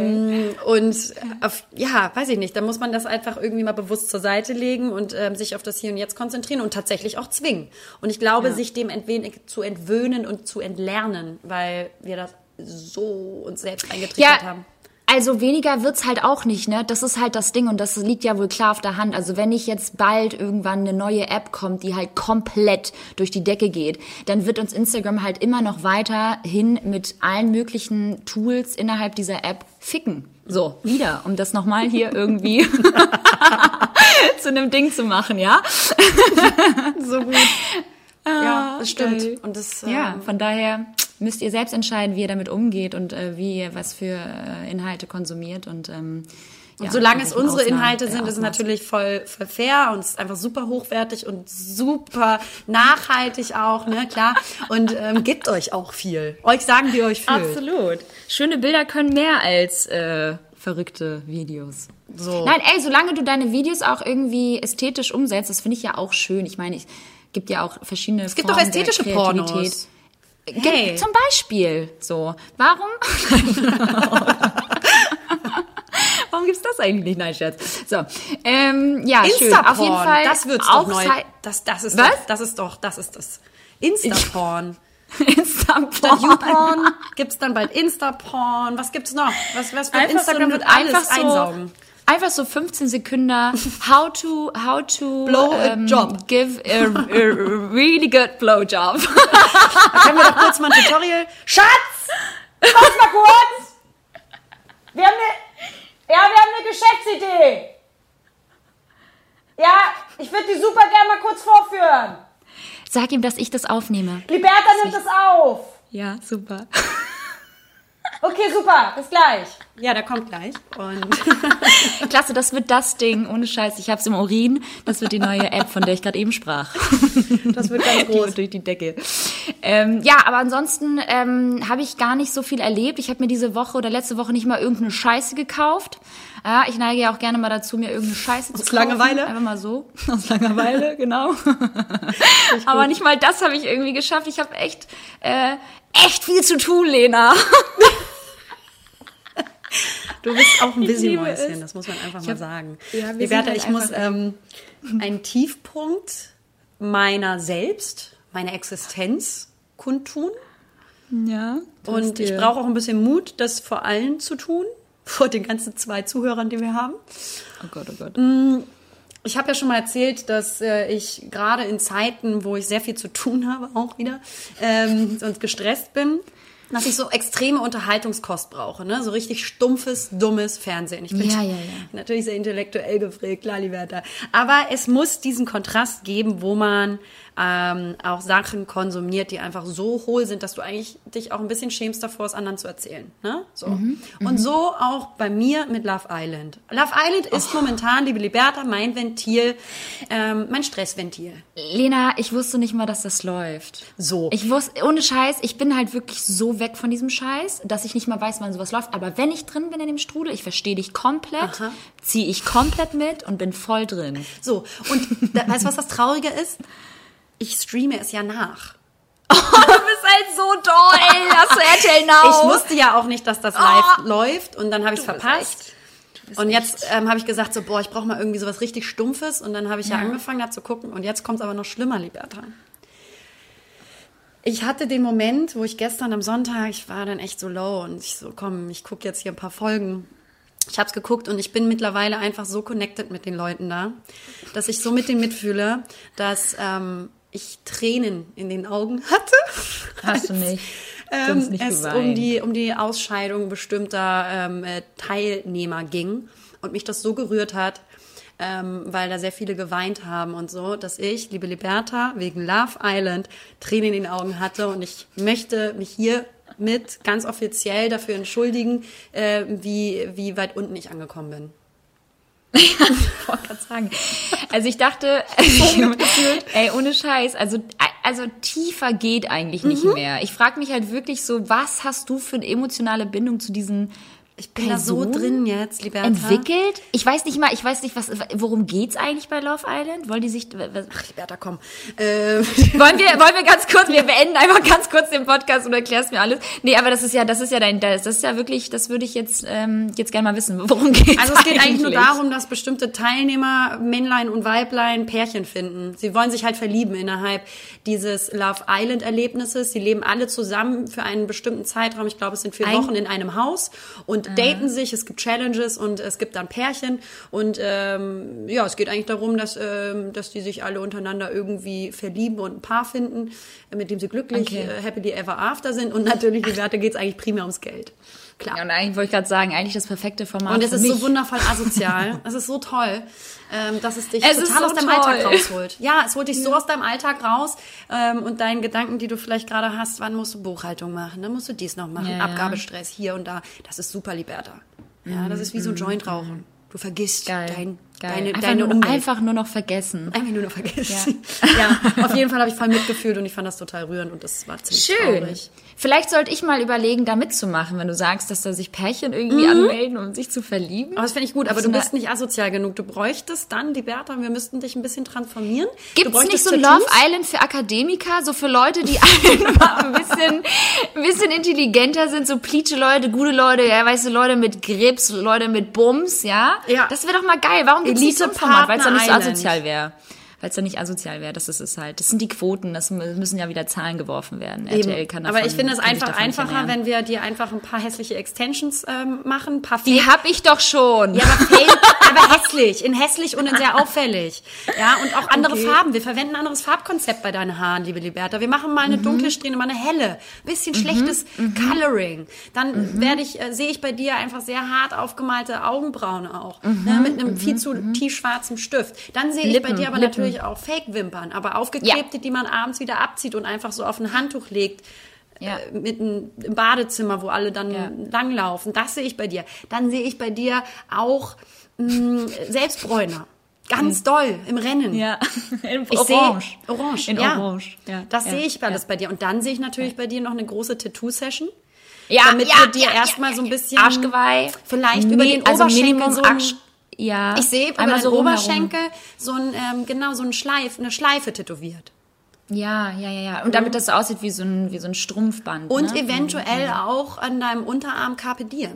Weiß ich nicht. Da muss man das einfach irgendwie mal bewusst zur Seite legen und sich auf das Hier und Jetzt konzentrieren und tatsächlich auch zwingen. Und ich glaube, sich dem zu entwöhnen und zu entlernen, weil wir das so uns selbst eingetrichtert haben. Also weniger wird's halt auch nicht, ne? Das ist halt das Ding und das liegt ja wohl klar auf der Hand. Also wenn nicht jetzt bald irgendwann eine neue App kommt, die halt komplett durch die Decke geht, dann wird uns Instagram halt immer noch weiterhin mit allen möglichen Tools innerhalb dieser App ficken. So, wieder, um das nochmal hier irgendwie zu einem Ding zu machen, ja? So gut. Ja, das stimmt. Geil. Und das, von daher müsst ihr selbst entscheiden, wie ihr damit umgeht und wie ihr was für Inhalte konsumiert. Und solange es unsere Inhalte sind, ist es natürlich voll fair und es ist einfach super hochwertig und super nachhaltig auch, ne, klar. Und gibt euch auch viel. Euch sagen, wie ihr euch fühlt. Absolut. Schöne Bilder können mehr als verrückte Videos. So. Nein, solange du deine Videos auch irgendwie ästhetisch umsetzt, das finde ich ja auch schön. Ich meine, es gibt ja auch verschiedene Es gibt Formen doch ästhetische der Kreativität. Pornos. Hey. Zum Beispiel so. Warum? Warum gibt's das eigentlich nicht? Nein, Scherz. So, ja, schön. Auf jeden Fall. Das wird's auch doch neu. Das ist Was? Das ist das. Instaporn. Instaporn. YouPorn gibt's dann bald Instaporn. Was gibt's noch? Was wird Einfach Instagram so wird alles einfach einsaugen. Einfach so 15 Sekunden how to blow a job. Give a really good blowjob. Da können wir doch kurz mal ein Tutorial. Schatz! Komm mal kurz! Wir haben eine Geschäftsidee. Ja, ich würde die super gerne mal kurz vorführen. Sag ihm, dass ich das aufnehme. Liberta nimmt das auf. Ja, super. Okay, super. Bis gleich. Ja, der kommt gleich. Und Klasse, das wird das Ding. Ohne Scheiß, ich hab's im Urin. Das wird die neue App, von der ich gerade eben sprach. Das wird ganz groß. Die wird durch die Decke. Ja, aber ansonsten habe ich gar nicht so viel erlebt. Ich habe mir diese Woche oder letzte Woche nicht mal irgendeine Scheiße gekauft. Ja, ich neige ja auch gerne mal dazu, mir irgendeine Scheiße zu kaufen. Aus Langeweile? Einfach mal so. Aus Langeweile, genau. Aber nicht mal das habe ich irgendwie geschafft. Ich habe echt viel zu tun, Lena. Du bist auch ein Busy-Mäuschen, das muss man einfach mal sagen. Ja, Liberta, ich muss einen Tiefpunkt meiner Existenz kundtun. Ja. Und ich brauche auch ein bisschen Mut, das vor allen zu tun. Vor den ganzen 2 Zuhörern, die wir haben. Oh Gott, oh Gott. Ich habe ja schon mal erzählt, dass ich gerade in Zeiten, wo ich sehr viel zu tun habe, auch wieder, und gestresst bin, dass ich so extreme Unterhaltungskost brauche, ne? So richtig stumpfes, dummes Fernsehen. Ich bin natürlich sehr intellektuell geprägt, klar, Liberta. Aber es muss diesen Kontrast geben, wo man auch Sachen konsumiert, die einfach so hohl sind, dass du eigentlich dich auch ein bisschen schämst davor, es anderen zu erzählen. Ne? So. Und so auch bei mir mit Love Island. Love Island ist momentan, liebe Liberta, mein Ventil, mein Stressventil. Lena, ich wusste nicht mal, dass das läuft. So. Ich wusste, ohne Scheiß, ich bin halt wirklich so weg von diesem Scheiß, dass ich nicht mal weiß, wann sowas läuft. Aber wenn ich drin bin in dem Strudel, ich verstehe dich komplett, ziehe ich komplett mit und bin voll drin. So, und weißt du, was das Traurige ist? Ich streame es ja nach. Oh, du bist halt so doll. Hast du RTL Now? Ich wusste ja auch nicht, dass das live läuft und dann habe ich es verpasst. Und jetzt habe ich gesagt, so, ich brauche mal irgendwie sowas richtig Stumpfes. Und dann habe ich angefangen, da zu gucken. Und jetzt kommt es aber noch schlimmer, Liberta. Ich hatte den Moment, wo ich gestern am Sonntag, ich war dann echt so low und ich so, komm, ich gucke jetzt hier ein paar Folgen. Ich habe es geguckt und ich bin mittlerweile einfach so connected mit den Leuten da, dass ich so mit denen mitfühle, dass ich Tränen in den Augen hatte. Hast du nicht. Es um die Ausscheidung bestimmter Teilnehmer ging und mich das so gerührt hat, weil da sehr viele geweint haben und so, dass ich, liebe Liberta, wegen Love Island Tränen in den Augen hatte und ich möchte mich hier mit ganz offiziell dafür entschuldigen, wie weit unten ich angekommen bin. Ich wollte gerade sagen. Also ich dachte, ey, ohne Scheiß, also tiefer geht eigentlich nicht mehr. Ich frage mich halt wirklich so, was hast du für eine emotionale Bindung zu diesen Ich bin da so drin jetzt, Liberta. Entwickelt? Ich weiß nicht, worum geht's eigentlich bei Love Island? Wollen die sich... Ach, Liberta, komm. Wollen wir ganz kurz, wir beenden einfach ganz kurz den Podcast und erklärst mir alles. Nee, aber das ist ja wirklich, das würde ich jetzt gerne mal wissen, worum geht's Also es geht eigentlich nur darum, dass bestimmte Teilnehmer, Männlein und Weiblein, Pärchen finden. Sie wollen sich halt verlieben innerhalb dieses Love Island Erlebnisses. Sie leben alle zusammen für einen bestimmten Zeitraum. Ich glaube, es sind 4 Wochen in einem Haus und daten sich, es gibt Challenges und es gibt dann Pärchen und es geht eigentlich darum, dass die sich alle untereinander irgendwie verlieben und ein Paar finden, mit dem sie glücklich happily ever after sind und natürlich, Liberta, geht es eigentlich primär ums Geld. Klar. Ja, und eigentlich wollte ich gerade sagen, eigentlich das perfekte Format. Und es für ist mich. so wundervoll asozial. Es ist so toll, dass es dich Es ist total so aus deinem toll. Alltag rausholt. Ja, es holt dich so aus deinem Alltag raus und deinen Gedanken, die du vielleicht gerade hast, wann musst du Buchhaltung machen, dann musst du dies noch machen, Ja, Abgabestress hier und da. Das ist super, Liberta. Ja, das ist wie so ein Joint rauchen. Du vergisst Geil. deine Umwelt. Einfach nur noch vergessen. Einfach nur noch vergessen. Ja, auf jeden Fall habe ich voll mitgefühlt und ich fand das total rührend und das war ziemlich traurig. Vielleicht sollte ich mal überlegen, da mitzumachen, wenn du sagst, dass da sich Pärchen irgendwie anmelden, um sich zu verlieben. Aber das finde ich gut, aber du bist nicht asozial genug. Du bräuchtest dann, Liberta, wir müssten dich ein bisschen transformieren. Gibt es nicht so ein Love Island für Akademiker, so für Leute, die einfach ein bisschen intelligenter sind, so pleatsche Leute, gute Leute, ja, weißt du, Leute mit Grips, Leute mit Bums, ja? Ja. Das wäre doch mal geil. Warum gibt es nicht so ein Format? Weil es Partner dann nicht so Island. asozial wäre. Weil es dann nicht asozial wäre, das ist es halt. Das sind die Quoten, das müssen ja wieder Zahlen geworfen werden. RTL kann davon, aber ich finde es kann sich einfach davon nicht einfacher, ernähren. wenn wir dir einfach ein paar hässliche Extensions machen, ein paar Die Fake- hab ich doch schon. Ja, aber fake, aber hässlich. In hässlich und in sehr auffällig. Ja, und auch andere Farben. Wir verwenden ein anderes Farbkonzept bei deinen Haaren, liebe Liberta. Wir machen mal eine dunkle Strähne, mal eine helle. Bisschen schlechtes Coloring. Dann sehe ich bei dir einfach sehr hart aufgemalte Augenbrauen auch. Ne, mit einem viel zu tiefschwarzen Stift. Dann sehe ich bei dir aber natürlich auch Fake-Wimpern, aber aufgeklebte, die man abends wieder abzieht und einfach so auf ein Handtuch legt. Ja. Im Badezimmer, wo alle dann langlaufen. Das sehe ich bei dir. Dann sehe ich bei dir auch Selbstbräuner. Ganz doll im Rennen. Ja, in Ich Orange. sehe Orange. In ja. Orange. Ja. Das Ja. sehe ich alles bei dir. Und dann sehe ich natürlich bei dir noch eine große Tattoo-Session. Ja, damit wir dir erstmal so ein bisschen Arschgeweih. vielleicht über den also Oberschenkel Minimum so ein, ja. ich sehe über einmal den so rumherum. Oberschenkel so ein eine Schleife tätowiert. Ja. Und damit das so aussieht wie so ein Strumpfband. Und ne? eventuell auch an deinem Unterarm Carpe Diem.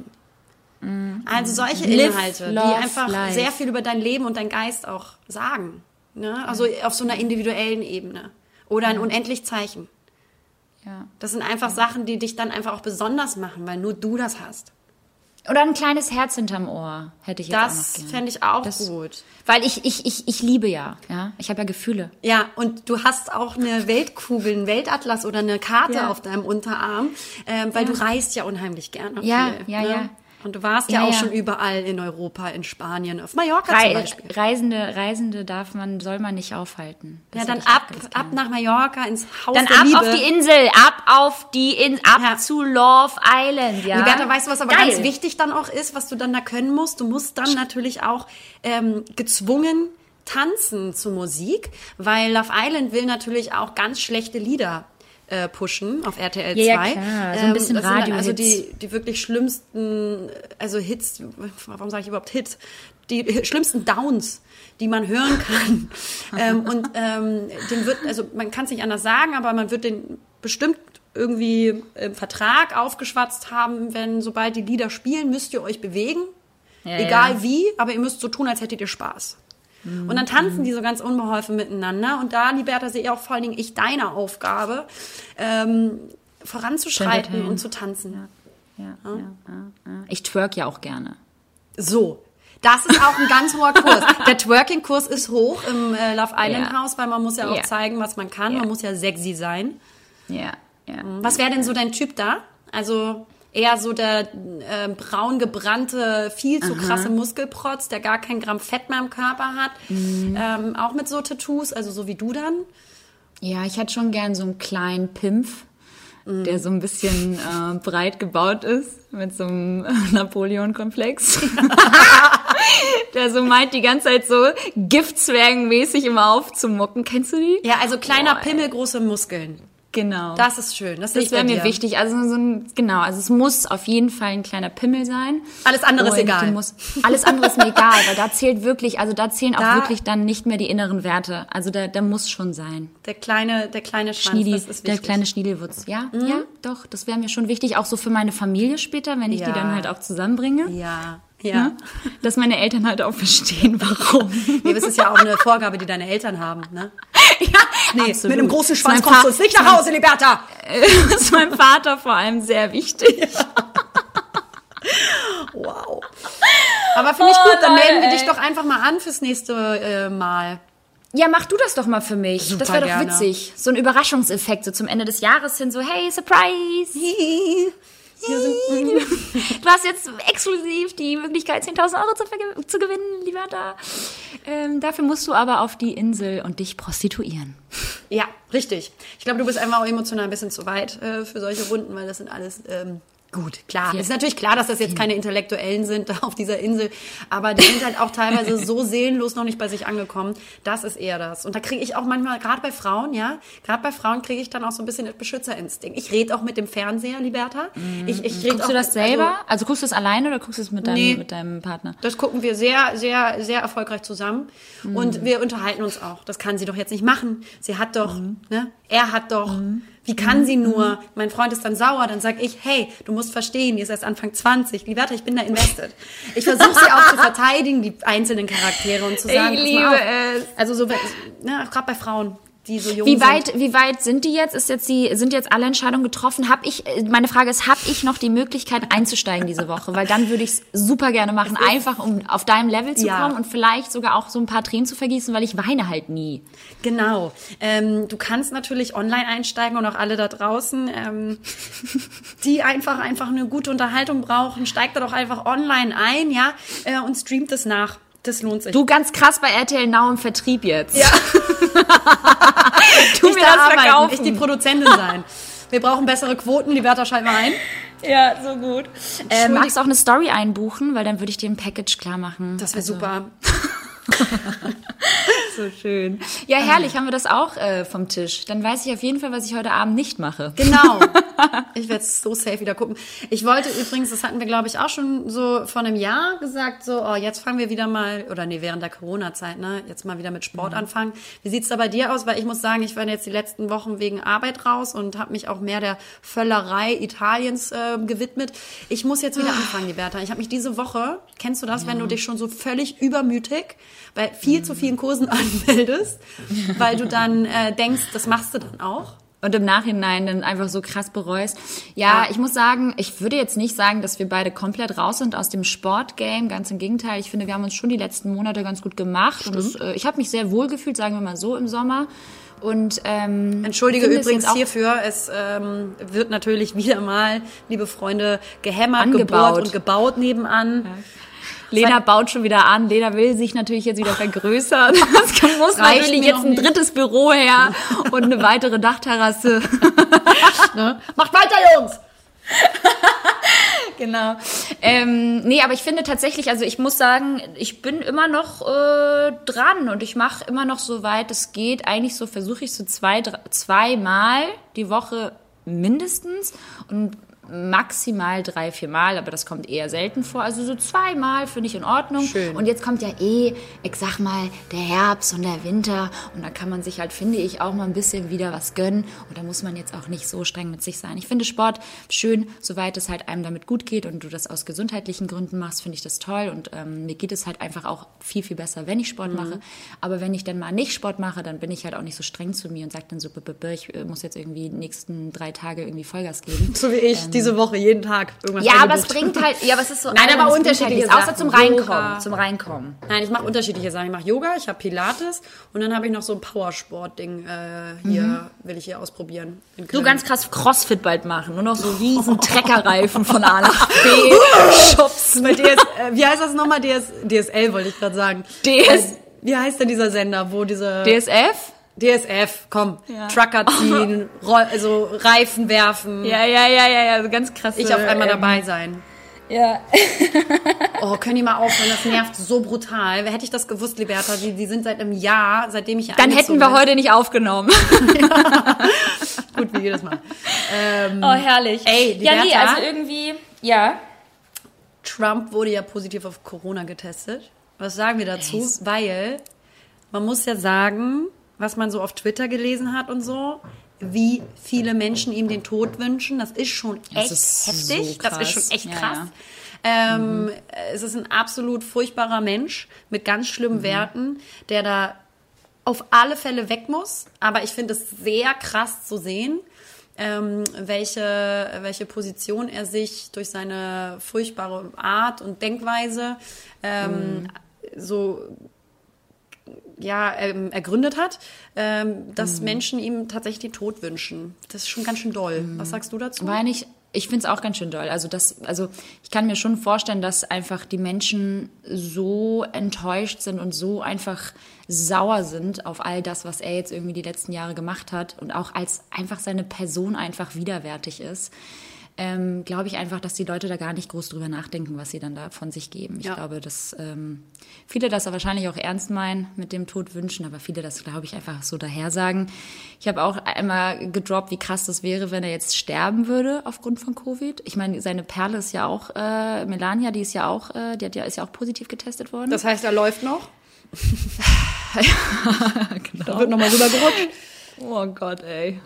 Also solche Live, Inhalte, love, die einfach life. sehr viel über dein Leben und deinen Geist auch sagen. Ne? Also auf so einer individuellen Ebene. Oder ein Unendlich-Zeichen. Ja. Das sind einfach Sachen, die dich dann einfach auch besonders machen, weil nur du das hast. Oder ein kleines Herz hinterm Ohr hätte ich jetzt auch noch Das gerne. fände ich auch gut. Weil ich liebe ja. Ich habe ja Gefühle. Ja, und du hast auch eine Weltkugel, einen Weltatlas oder eine Karte auf deinem Unterarm, weil du reist ja unheimlich gerne. Ja, viel, ja, ne? ja. Und du warst ja auch schon überall in Europa, in Spanien, auf Mallorca zum Beispiel. Reisende soll man nicht aufhalten. Das Ja, dann hätte ich auch ab ganz gerne. nach Mallorca, ins Haus Dann der ab Liebe. auf die Insel, ab Ja. zu Love Island, ja. Liberta, weißt du, was aber Geil. ganz wichtig dann auch ist, was du dann da können musst? Du musst dann natürlich auch gezwungen tanzen zu Musik, weil Love Island will natürlich auch ganz schlechte Lieder pushen auf RTL 2. Ja, klar. So ein bisschen das sind dann Radio-Hits. also die wirklich schlimmsten, also Hits, warum sage ich überhaupt Hits? Die schlimmsten Downs, die man hören kann. Den wird, also man kann es nicht anders sagen, aber man wird den bestimmt irgendwie im Vertrag aufgeschwatzt haben, sobald die Lieder spielen, müsst ihr euch bewegen. Ja, Egal wie, aber ihr müsst so tun, als hättet ihr Spaß. Und dann tanzen die so ganz unbeholfen miteinander. Und da, Liberta, sehe ich auch vor allen Dingen deine Aufgabe, voranzuschreiten und zu tanzen. Ja. Ich twerk ja auch gerne. So. Das ist auch ein ganz hoher Kurs. Der Twerking-Kurs ist hoch im Love Island Haus, weil man muss ja auch zeigen, was man kann. Man muss ja sexy sein. Ja. Was wäre denn so dein Typ da? Also eher so der braun gebrannte, viel zu krasse Muskelprotz, der gar kein Gramm Fett mehr im Körper hat. Auch mit so Tattoos, also so wie du dann. Ja, ich hätte schon gern so einen kleinen Pimpf, der so ein bisschen breit gebaut ist, mit so einem Napoleon-Komplex. Der so meint, die ganze Zeit so Giftzwergenmäßig immer aufzumucken. Kennst du die? Ja, also kleiner Pimmel, große Muskeln. Genau. Das ist schön. Das wäre mir wichtig. Also also es muss auf jeden Fall ein kleiner Pimmel sein. Alles andere ist Und egal. Alles andere ist mir egal, weil da zählt wirklich, also da zählen auch wirklich dann nicht mehr die inneren Werte. Also da muss schon sein. Der kleine Schwanz, Schniedel, das ist wichtig. der kleine Schniedelwutz. Ja, doch, das wäre mir schon wichtig, auch so für meine Familie später, wenn ich die dann halt auch zusammenbringe. Ja. Ja. Dass meine Eltern halt auch verstehen, warum. Nee, das ist ja auch eine Vorgabe, die deine Eltern haben, ne? Ja, Nee, absolut. mit einem großen Schwanz Ist mein kommst du uns nicht nach Hause, Liberta! Das ist meinem Vater vor allem sehr wichtig. Wow. Aber finde ich gut, dann Leute, melden wir dich ey. doch einfach mal an fürs nächste Mal. Ja, mach du das doch mal für mich. Super das wäre doch gerne. witzig. So ein Überraschungseffekt, so zum Ende des Jahres hin, so, hey, Surprise! Du hast jetzt exklusiv die Möglichkeit, 10.000 Euro zu gewinnen, Liberta. Dafür musst du aber auf die Insel und dich prostituieren. Ja, richtig. Ich glaube, du bist einfach auch emotional ein bisschen zu weit für solche Runden, weil das sind alles... Gut, klar. Es ist natürlich klar, dass das jetzt keine Intellektuellen sind da auf dieser Insel, aber die sind halt auch teilweise so seelenlos noch nicht bei sich angekommen. Das ist eher das. Und da kriege ich auch manchmal, gerade bei Frauen kriege ich dann auch so ein bisschen das Beschützerinstinkt. Ich rede auch mit dem Fernseher, Liberta. Guckst du das selber? Also guckst du es alleine oder guckst du es mit deinem Partner? Das gucken wir sehr, sehr, sehr erfolgreich zusammen. Und wir unterhalten uns auch. Das kann sie doch jetzt nicht machen. Sie hat doch, ne? Er hat doch... Wie kann sie nur? Mein Freund ist dann sauer, dann sag ich, hey, du musst verstehen, die ist erst Anfang 20. Liberta, ich bin da invested. Ich versuche sie auch zu verteidigen, die einzelnen Charaktere, und zu sagen, ich liebe es. Also so, ne, gerade bei Frauen, die so jung sind. sind. Wie weit sind die jetzt? Sind jetzt alle Entscheidungen getroffen? Meine Frage ist, habe ich noch die Möglichkeit einzusteigen diese Woche? Weil dann würde ich es super gerne machen, einfach um auf deinem Level zu kommen und vielleicht sogar auch so ein paar Tränen zu vergießen, weil ich weine halt nie. Genau. Du kannst natürlich online einsteigen und auch alle da draußen, die einfach eine gute Unterhaltung brauchen, steigt da doch einfach online ein, ja, und streamt es nach. Das lohnt sich. Du ganz krass bei RTL Now im Vertrieb jetzt. Ja. Tu mir das verkaufen. Ich die Produzentin sein. Wir brauchen bessere Quoten, Liberta, schalt mal ein. Ja, so gut. Magst du auch eine Story einbuchen? Weil dann würde ich dir ein Package klar machen. Das wäre super. So schön. Ja, herrlich, haben wir das auch vom Tisch. Dann weiß ich auf jeden Fall, was ich heute Abend nicht mache. Genau. Ich werde so safe wieder gucken. Ich wollte übrigens, das hatten wir, glaube ich, auch schon so vor einem Jahr gesagt, so, jetzt fangen wir wieder mal, während der Corona-Zeit, ne, jetzt mal wieder mit Sport anfangen. Wie sieht's da bei dir aus? Weil ich muss sagen, ich war jetzt die letzten Wochen wegen Arbeit raus und habe mich auch mehr der Völlerei Italiens gewidmet. Ich muss jetzt wieder anfangen, Liberta. Ich habe mich diese Woche, kennst du das, wenn du dich schon so völlig übermütig bei viel zu vielen Kursen anmeldest, weil du dann denkst, das machst du dann auch? Und im Nachhinein dann einfach so krass bereust. Ja, ich muss sagen, ich würde jetzt nicht sagen, dass wir beide komplett raus sind aus dem Sportgame. Ganz im Gegenteil. Ich finde, wir haben uns schon die letzten Monate ganz gut gemacht. Und ich habe mich sehr wohl gefühlt, sagen wir mal so, im Sommer. Und entschuldige übrigens hierfür, es wird natürlich wieder mal, liebe Freunde, gehämmert, gebohrt und gebaut nebenan. Ja. Lena baut schon wieder an. Lena will sich natürlich jetzt wieder vergrößern. Das muss natürlich jetzt ein drittes Büro her und eine weitere Dachterrasse. Ne? Macht weiter, Jungs! Genau. Nee, aber ich finde tatsächlich, also ich muss sagen, ich bin immer noch dran und ich mache immer noch so weit es geht. Eigentlich so versuche ich so zweimal die Woche mindestens und maximal 3-4 Mal, aber das kommt eher selten vor. Also so 2 Mal finde ich in Ordnung. Schön. Und jetzt kommt ja ich sag mal, der Herbst und der Winter und da kann man sich halt, finde ich, auch mal ein bisschen wieder was gönnen und da muss man jetzt auch nicht so streng mit sich sein. Ich finde Sport schön, soweit es halt einem damit gut geht und du das aus gesundheitlichen Gründen machst, finde ich das toll und mir geht es halt einfach auch viel, viel besser, wenn ich Sport mache. Aber wenn ich dann mal nicht Sport mache, dann bin ich halt auch nicht so streng zu mir und sage dann so, ich muss jetzt irgendwie die nächsten 3 Tage irgendwie Vollgas geben. So wie ich. Diese Woche jeden Tag irgendwas. Ja, aber es bringt halt, ja, aber es ist so. Nein, aber unterschiedliche Sachen. Außer zum Reinkommen. Zum Reinkommen. Nein, ich mache unterschiedliche Sachen. Ich mache Yoga, ich habe Pilates und dann habe ich noch so ein Powersport-Ding will ich hier ausprobieren. Du ganz krass Crossfit bald machen. Nur noch so riesen Treckerreifen von A nach B. Schubsen. Wie heißt das nochmal? DSL wollte ich gerade sagen. Wie heißt denn dieser Sender, wo diese... DSF, komm, ja. Trucker ziehen, also Reifen werfen. Ja, so ganz krass. Ich auf einmal dabei sein. Ja. Können die mal aufhören, das nervt so brutal. Hätte ich das gewusst, Liberta, die sind seit einem Jahr, seitdem ich dann hätten wir heute nicht aufgenommen. Ja. Gut, wie jedes Mal. Herrlich. Ey, Liberta, ja, nee, also irgendwie, ja. Trump wurde ja positiv auf Corona getestet. Was sagen wir dazu? Yes. Weil, man muss ja sagen... was man so auf Twitter gelesen hat und so, wie viele Menschen ihm den Tod wünschen, das ist schon echt heftig. So das ist schon echt krass. Ja. Es ist ein absolut furchtbarer Mensch mit ganz schlimmen Werten, der da auf alle Fälle weg muss. Aber ich finde es sehr krass zu sehen, welche Position er sich durch seine furchtbare Art und Denkweise ergründet hat, dass Menschen ihm tatsächlich den Tod wünschen. Das ist schon ganz schön doll. Was sagst du dazu? Ich finde es auch ganz schön doll. Also ich kann mir schon vorstellen, dass einfach die Menschen so enttäuscht sind und so einfach sauer sind auf all das, was er jetzt irgendwie die letzten Jahre gemacht hat und auch als einfach seine Person einfach widerwärtig ist. Glaube ich einfach, dass die Leute da gar nicht groß drüber nachdenken, was sie dann da von sich geben. Ich glaube, dass viele das wahrscheinlich auch ernst meinen mit dem Tod wünschen, aber viele das, glaube ich, einfach so daher sagen. Ich habe auch einmal gedroppt, wie krass das wäre, wenn er jetzt sterben würde aufgrund von Covid. Ich meine, seine Perle ist ja auch, Melania, die ist ja auch positiv getestet worden. Das heißt, er läuft noch? Genau. Da wird nochmal rübergerutscht. Oh Gott, ey.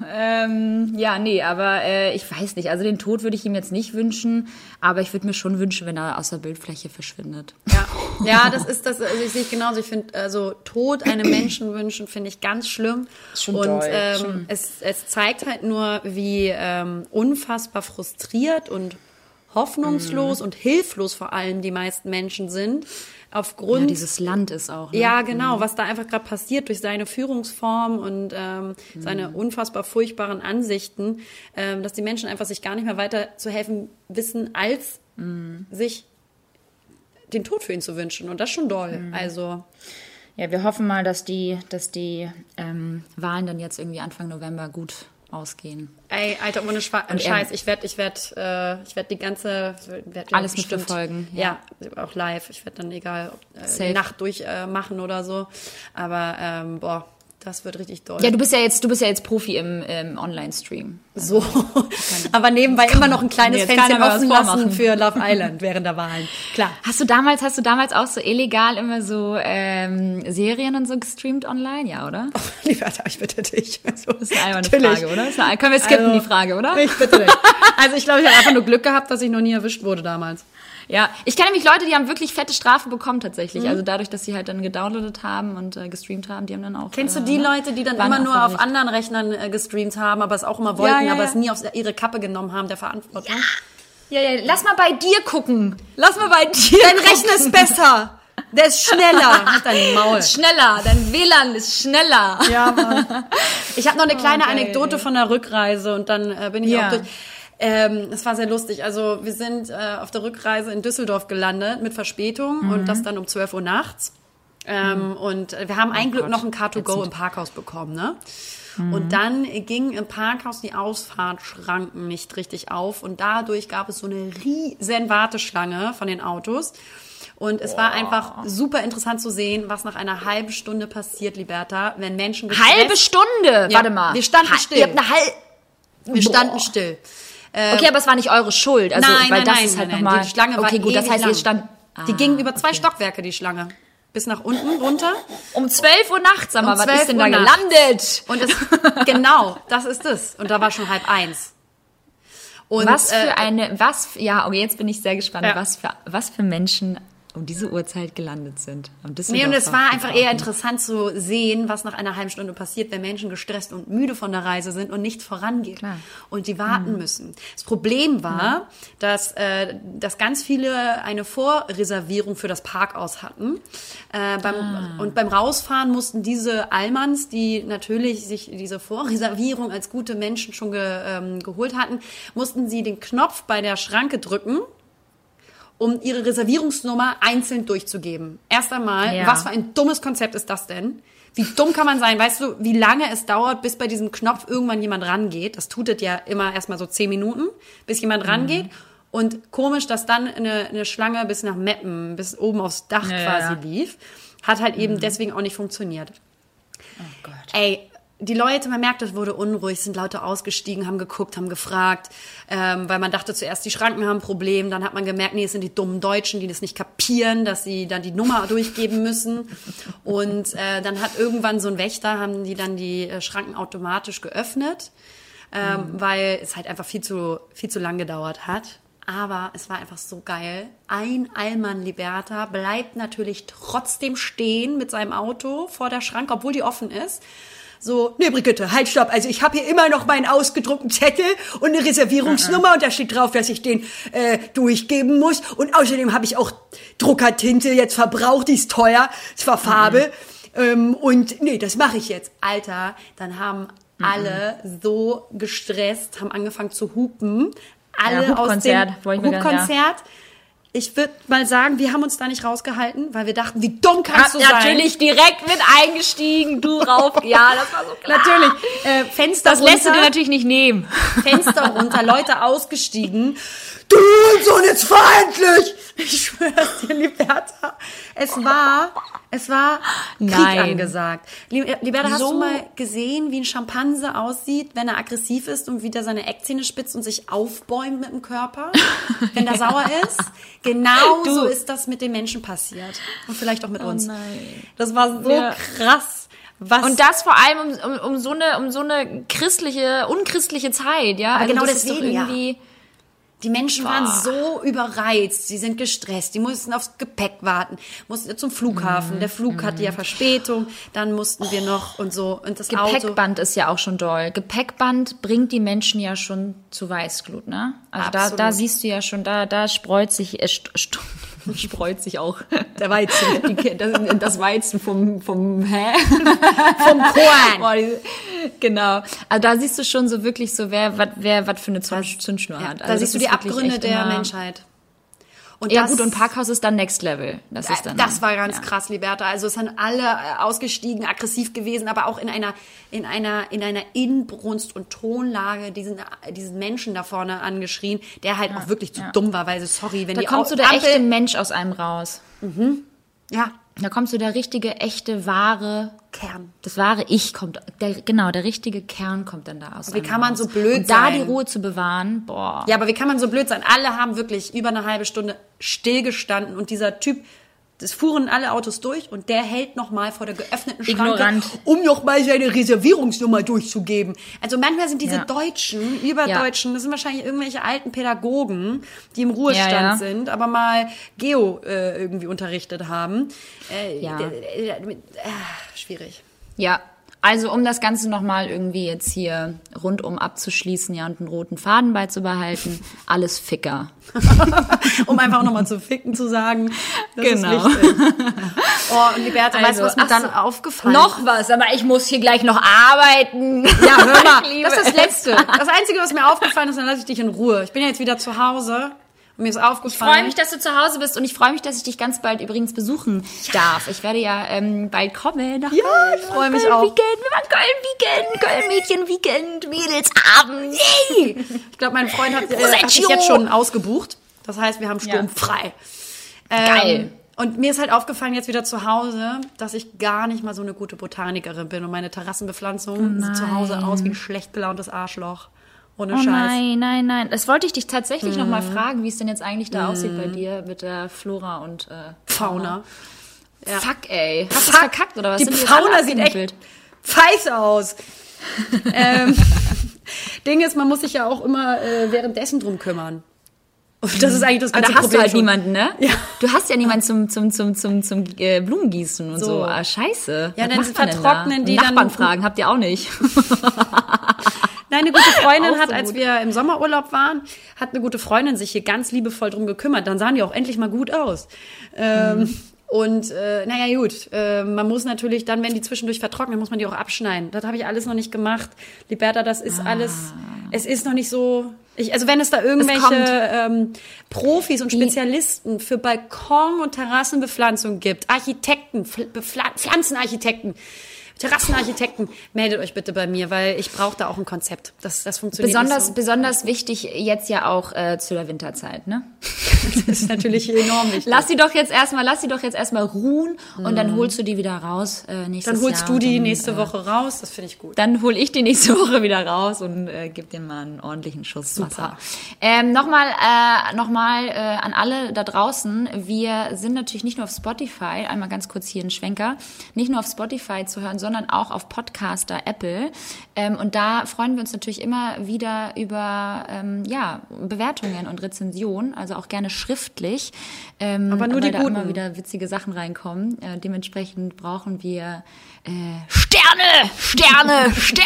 Aber ich weiß nicht. Also den Tod würde ich ihm jetzt nicht wünschen, aber ich würde mir schon wünschen, wenn er aus der Bildfläche verschwindet. Ja, das ist das. Also ich sehe genauso. Ich finde, also Tod einem Menschen wünschen, finde ich ganz schlimm. Schon und doll. Es zeigt halt nur, wie unfassbar frustriert und hoffnungslos und hilflos vor allem die meisten Menschen sind. Aufgrund dieses Land ist auch. Ne? Ja, genau, was da einfach gerade passiert durch seine Führungsform und seine unfassbar furchtbaren Ansichten, dass die Menschen einfach sich gar nicht mehr weiter zu helfen wissen, als sich den Tod für ihn zu wünschen. Und das ist schon doll. Also ja, wir hoffen mal, dass die Wahlen dann jetzt irgendwie Anfang November gut ausgehen. Ey, Alter, ohne Scheiß, ich werd die ganze... alles mitverfolgen. Ja, auch live. Ich werde dann, egal, ob die Nacht durchmachen oder so. Aber, das wird richtig doll. Ja, du bist ja jetzt Profi im Online-Stream. So, aber nebenbei immer noch ein kleines Fenster offen lassen für Love Island während der Wahlen. Klar. Hast du damals auch so illegal immer so Serien und so gestreamt online? Ja, oder? Oh, lieber, ich bitte dich. Also, das ist eine Frage, oder? Können wir skippen, die Frage, oder? Ich bitte dich. Also ich glaube, ich habe einfach nur Glück gehabt, dass ich noch nie erwischt wurde damals. Ja, ich kenne nämlich Leute, die haben wirklich fette Strafe bekommen tatsächlich. Also dadurch, dass sie halt dann gedownloadet haben und gestreamt haben, die haben dann auch... Kennst du die Leute, die dann immer nur auf anderen Rechnern gestreamt haben, aber es auch immer wollten, aber es nie auf ihre Kappe genommen haben, der Verantwortung? Ja, lass mal bei dir gucken. Dein Rechner ist besser. Der ist schneller. Halt dein Maul. Schneller. Dein WLAN ist schneller. Ja, Mann. Ich habe noch eine kleine Anekdote von der Rückreise und dann bin ich auch durch... Es war sehr lustig. Also wir sind auf der Rückreise in Düsseldorf gelandet mit Verspätung und das dann um 12 Uhr nachts. Und wir haben ein Glück noch ein Car2Go im Parkhaus bekommen, ne? Und dann ging im Parkhaus die Ausfahrtschranken nicht richtig auf und dadurch gab es so eine riesen Warteschlange von den Autos. Und es war einfach super interessant zu sehen, was nach einer halben Stunde passiert, Liberta, wenn Menschen gestresst... Halbe Stunde? Ja, warte mal. Wir standen still. Ihr habt Wir standen still. Okay, aber es war nicht eure Schuld. Also, nein, ist halt nochmal. Die Schlange war gut, das heißt, ihr stand. Die ging über 2 Stockwerke, die Schlange. Bis nach unten runter. Um 12 Uhr nachts, sag mal, was ist denn da gelandet? Und genau, das ist es. Und da war schon 12:30. Und okay, jetzt bin ich sehr gespannt, was für Menschen um diese Uhrzeit gelandet sind. Und es war einfach eher interessant zu sehen, was nach einer halben Stunde passiert, wenn Menschen gestresst und müde von der Reise sind und nichts vorangeht. Klar. Und die warten müssen. Das Problem war, dass ganz viele eine Vorreservierung für das Parkhaus hatten. Und beim Rausfahren mussten diese Allmanns, die natürlich sich diese Vorreservierung als gute Menschen schon geholt hatten, mussten sie den Knopf bei der Schranke drücken, um ihre Reservierungsnummer einzeln durchzugeben. Erst einmal, was für ein dummes Konzept ist das denn? Wie dumm kann man sein? Weißt du, wie lange es dauert, bis bei diesem Knopf irgendwann jemand rangeht? Das tut es ja immer erstmal so 10 Minuten, bis jemand rangeht. Und komisch, dass dann eine Schlange bis nach Meppen, bis oben aufs Dach quasi lief. Hat halt eben deswegen auch nicht funktioniert. Oh Gott. Ey, die Leute, man merkt, es wurde unruhig, sind Leute ausgestiegen, haben geguckt, haben gefragt, weil man dachte zuerst, die Schranken haben ein Problem, dann hat man gemerkt, nee, es sind die dummen Deutschen, die das nicht kapieren, dass sie dann die Nummer durchgeben müssen. Und dann hat irgendwann so ein Wächter, haben die dann die Schranken automatisch geöffnet, weil es halt einfach viel zu lang gedauert hat. Aber es war einfach so geil. Ein Allmann, Liberta, bleibt natürlich trotzdem stehen mit seinem Auto vor der Schranke, obwohl die offen ist. So, nee, Brigitte, halt, stopp. Also ich habe hier immer noch meinen ausgedruckten Zettel und eine Reservierungsnummer und da steht drauf, dass ich den durchgeben muss. Und außerdem habe ich auch Druckertinte jetzt verbraucht, die ist teuer, es war Farbe. Und nee, das mache ich jetzt. Alter, dann haben alle so gestresst, haben angefangen zu hupen. alle aus dem Hupkonzert. Ja. Ich würde mal sagen, wir haben uns da nicht rausgehalten, weil wir dachten, wie dumm kannst du sein? Natürlich direkt mit eingestiegen, du rauf. Ja, das war so klar. Natürlich. Fenster das runter. Das lässt du dir natürlich nicht nehmen. Fenster runter, Leute ausgestiegen. Du Hurensohn, jetzt fahr endlich! Ich schwör's dir, Liberta. Es war Krieg angesagt. Liberta, hast du mal gesehen, wie ein Schimpanse aussieht, wenn er aggressiv ist und wieder seine Eckzähne spitzt und sich aufbäumt mit dem Körper, wenn er sauer ist? Genau so ist das mit den Menschen passiert. Und vielleicht auch mit uns. Nein. Das war so krass. Und das vor allem um so eine unchristliche Zeit, ja? Aber also genau das deswegen, ist doch irgendwie... Die Menschen waren so überreizt, sie sind gestresst, die mussten aufs Gepäck warten, mussten zum Flughafen, der Flug hatte ja Verspätung, dann mussten wir noch und so. Und das Gepäckband ist ja auch schon doll. Gepäckband bringt die Menschen ja schon zu Weißglut, ne? Also da siehst du ja schon, da spreut sich auch der Weizen. das Weizen vom Korn. Boah, genau. Also da siehst du schon so wirklich so, wer was für eine Zündschnur hat. Also da siehst du die Abgründe der Menschheit. Und ja gut, und Parkhaus ist dann Next Level. Das war ganz krass, Liberta. Also es sind alle ausgestiegen, aggressiv gewesen, aber auch in einer Inbrunst und Tonlage diesen Menschen da vorne angeschrien, der halt auch wirklich zu dumm war, weil sorry, wenn da die kommt so der echte Mensch aus einem raus. Mhm. Ja. Da kommt so der richtige, echte, wahre Kern. Das wahre Ich kommt, der richtige Kern kommt dann da aus. Wie kann man so blöd sein? Da die Ruhe zu bewahren, boah. Ja, aber wie kann man so blöd sein? Alle haben wirklich über eine halbe Stunde stillgestanden und dieser Typ, das fuhren alle Autos durch und der hält nochmal vor der geöffneten Schranke, um nochmal seine Reservierungsnummer durchzugeben. Also manchmal sind diese Deutschen, Überdeutschen, das sind wahrscheinlich irgendwelche alten Pädagogen, die im Ruhestand sind, aber mal Geo irgendwie unterrichtet haben. Schwierig. Ja. Also um das Ganze nochmal irgendwie jetzt hier rundum abzuschließen, und einen roten Faden beizubehalten, alles Ficker. Um einfach nochmal zu ficken zu sagen, das ist wichtig. Und Liberta, weißt du, was mir dann aufgefallen ist? Noch was, aber ich muss hier gleich noch arbeiten. Ja, hör mal, das ist das Letzte. Das Einzige, was mir aufgefallen ist, dann lasse ich dich in Ruhe. Ich bin ja jetzt wieder zu Hause. Und mir ist aufgefallen. Ich freue mich, dass du zu Hause bist und ich freue mich, dass ich dich ganz bald übrigens besuchen darf. Ich werde ja bald kommen. Ja, ich freue mich auch. Wir waren Köln-Weekend, Mädelsabend. Yay! Ich glaube, mein Freund hat sich jetzt schon ausgebucht. Das heißt, wir haben sturmfrei. Geil. Und mir ist halt aufgefallen, jetzt wieder zu Hause, dass ich gar nicht mal so eine gute Botanikerin bin. Und meine Terrassenbepflanzung sieht zu Hause aus wie ein schlecht gelauntes Arschloch. Ohne Scheiß. Nein. Das wollte ich dich tatsächlich noch mal fragen, wie es denn jetzt eigentlich da aussieht bei dir mit der Flora und Fauna. Ja. Fuck, ey. Hast du es verkackt, oder was? Die Fauna sieht echt scheiße aus. Ding ist, man muss sich ja auch immer währenddessen drum kümmern. Und das ist eigentlich das ganze Problem. Da hast du halt schon. Niemanden, ne? Ja. Du hast ja niemanden zum Blumengießen und so. Ah, scheiße. Ja, was dann vertrocknen die Nachbarn fragen, habt ihr auch nicht. Nein, eine gute Freundin hat, als wir im Sommerurlaub waren, hat eine gute Freundin sich hier ganz liebevoll drum gekümmert. Dann sahen die auch endlich mal gut aus. Und naja, gut, man muss natürlich dann, wenn die zwischendurch vertrocknen, muss man die auch abschneiden. Das habe ich alles noch nicht gemacht. Liberta, das ist alles, es ist noch nicht so... Also wenn es da irgendwelche Profis und Spezialisten für Balkon- und Terrassenbepflanzung gibt, Architekten, Pflanzenarchitekten, Terrassenarchitekten, meldet euch bitte bei mir, weil ich brauche da auch ein Konzept. Das funktioniert nicht so. Besonders wichtig jetzt ja auch zu der Winterzeit, ne? Das ist natürlich enorm wichtig. Lass sie doch jetzt erstmal ruhen und dann holst du die wieder raus nächstes Jahr. Dann holst du die nächste Woche raus, das finde ich gut. Dann hole ich die nächste Woche wieder raus und gebe dir mal einen ordentlichen Schuss Wasser. Nochmal an alle da draußen, wir sind natürlich nicht nur auf Spotify, einmal ganz kurz hier ein Schwenker, nicht nur auf Spotify zu hören, sondern auch auf Podcaster, Apple. Und da freuen wir uns natürlich immer wieder über Bewertungen und Rezensionen, also auch gerne schriftlich. Aber nur die da guten. Immer wieder witzige Sachen reinkommen. Dementsprechend brauchen wir Sterne!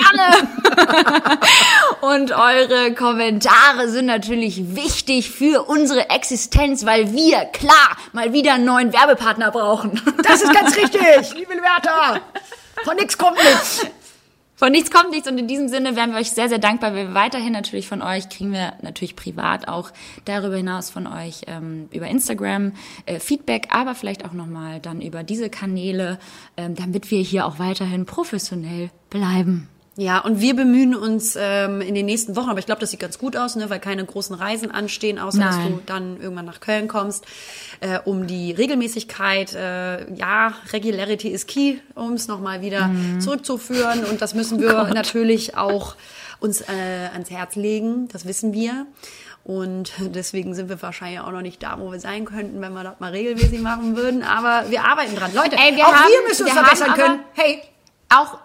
Und eure Kommentare sind natürlich wichtig für unsere Existenz, weil wir, klar, mal wieder einen neuen Werbepartner brauchen. Das ist ganz richtig, liebe Liberta. Von nix kommt nichts. Von nichts kommt nichts und in diesem Sinne wären wir euch sehr, sehr dankbar. Wir weiterhin natürlich von euch, kriegen wir natürlich privat auch darüber hinaus von euch über Instagram Feedback, aber vielleicht auch nochmal dann über diese Kanäle, damit wir hier auch weiterhin professionell bleiben. Ja, und wir bemühen uns in den nächsten Wochen, aber ich glaube, das sieht ganz gut aus, ne, weil keine großen Reisen anstehen, außer dass du dann irgendwann nach Köln kommst, um die Regelmäßigkeit, Regularity is key, um es nochmal wieder zurückzuführen. Und das müssen wir natürlich auch uns ans Herz legen, das wissen wir. Und deswegen sind wir wahrscheinlich auch noch nicht da, wo wir sein könnten, wenn wir das mal regelmäßig machen würden. Aber wir arbeiten dran. Leute, wir müssen uns verbessern können. Hey! Auch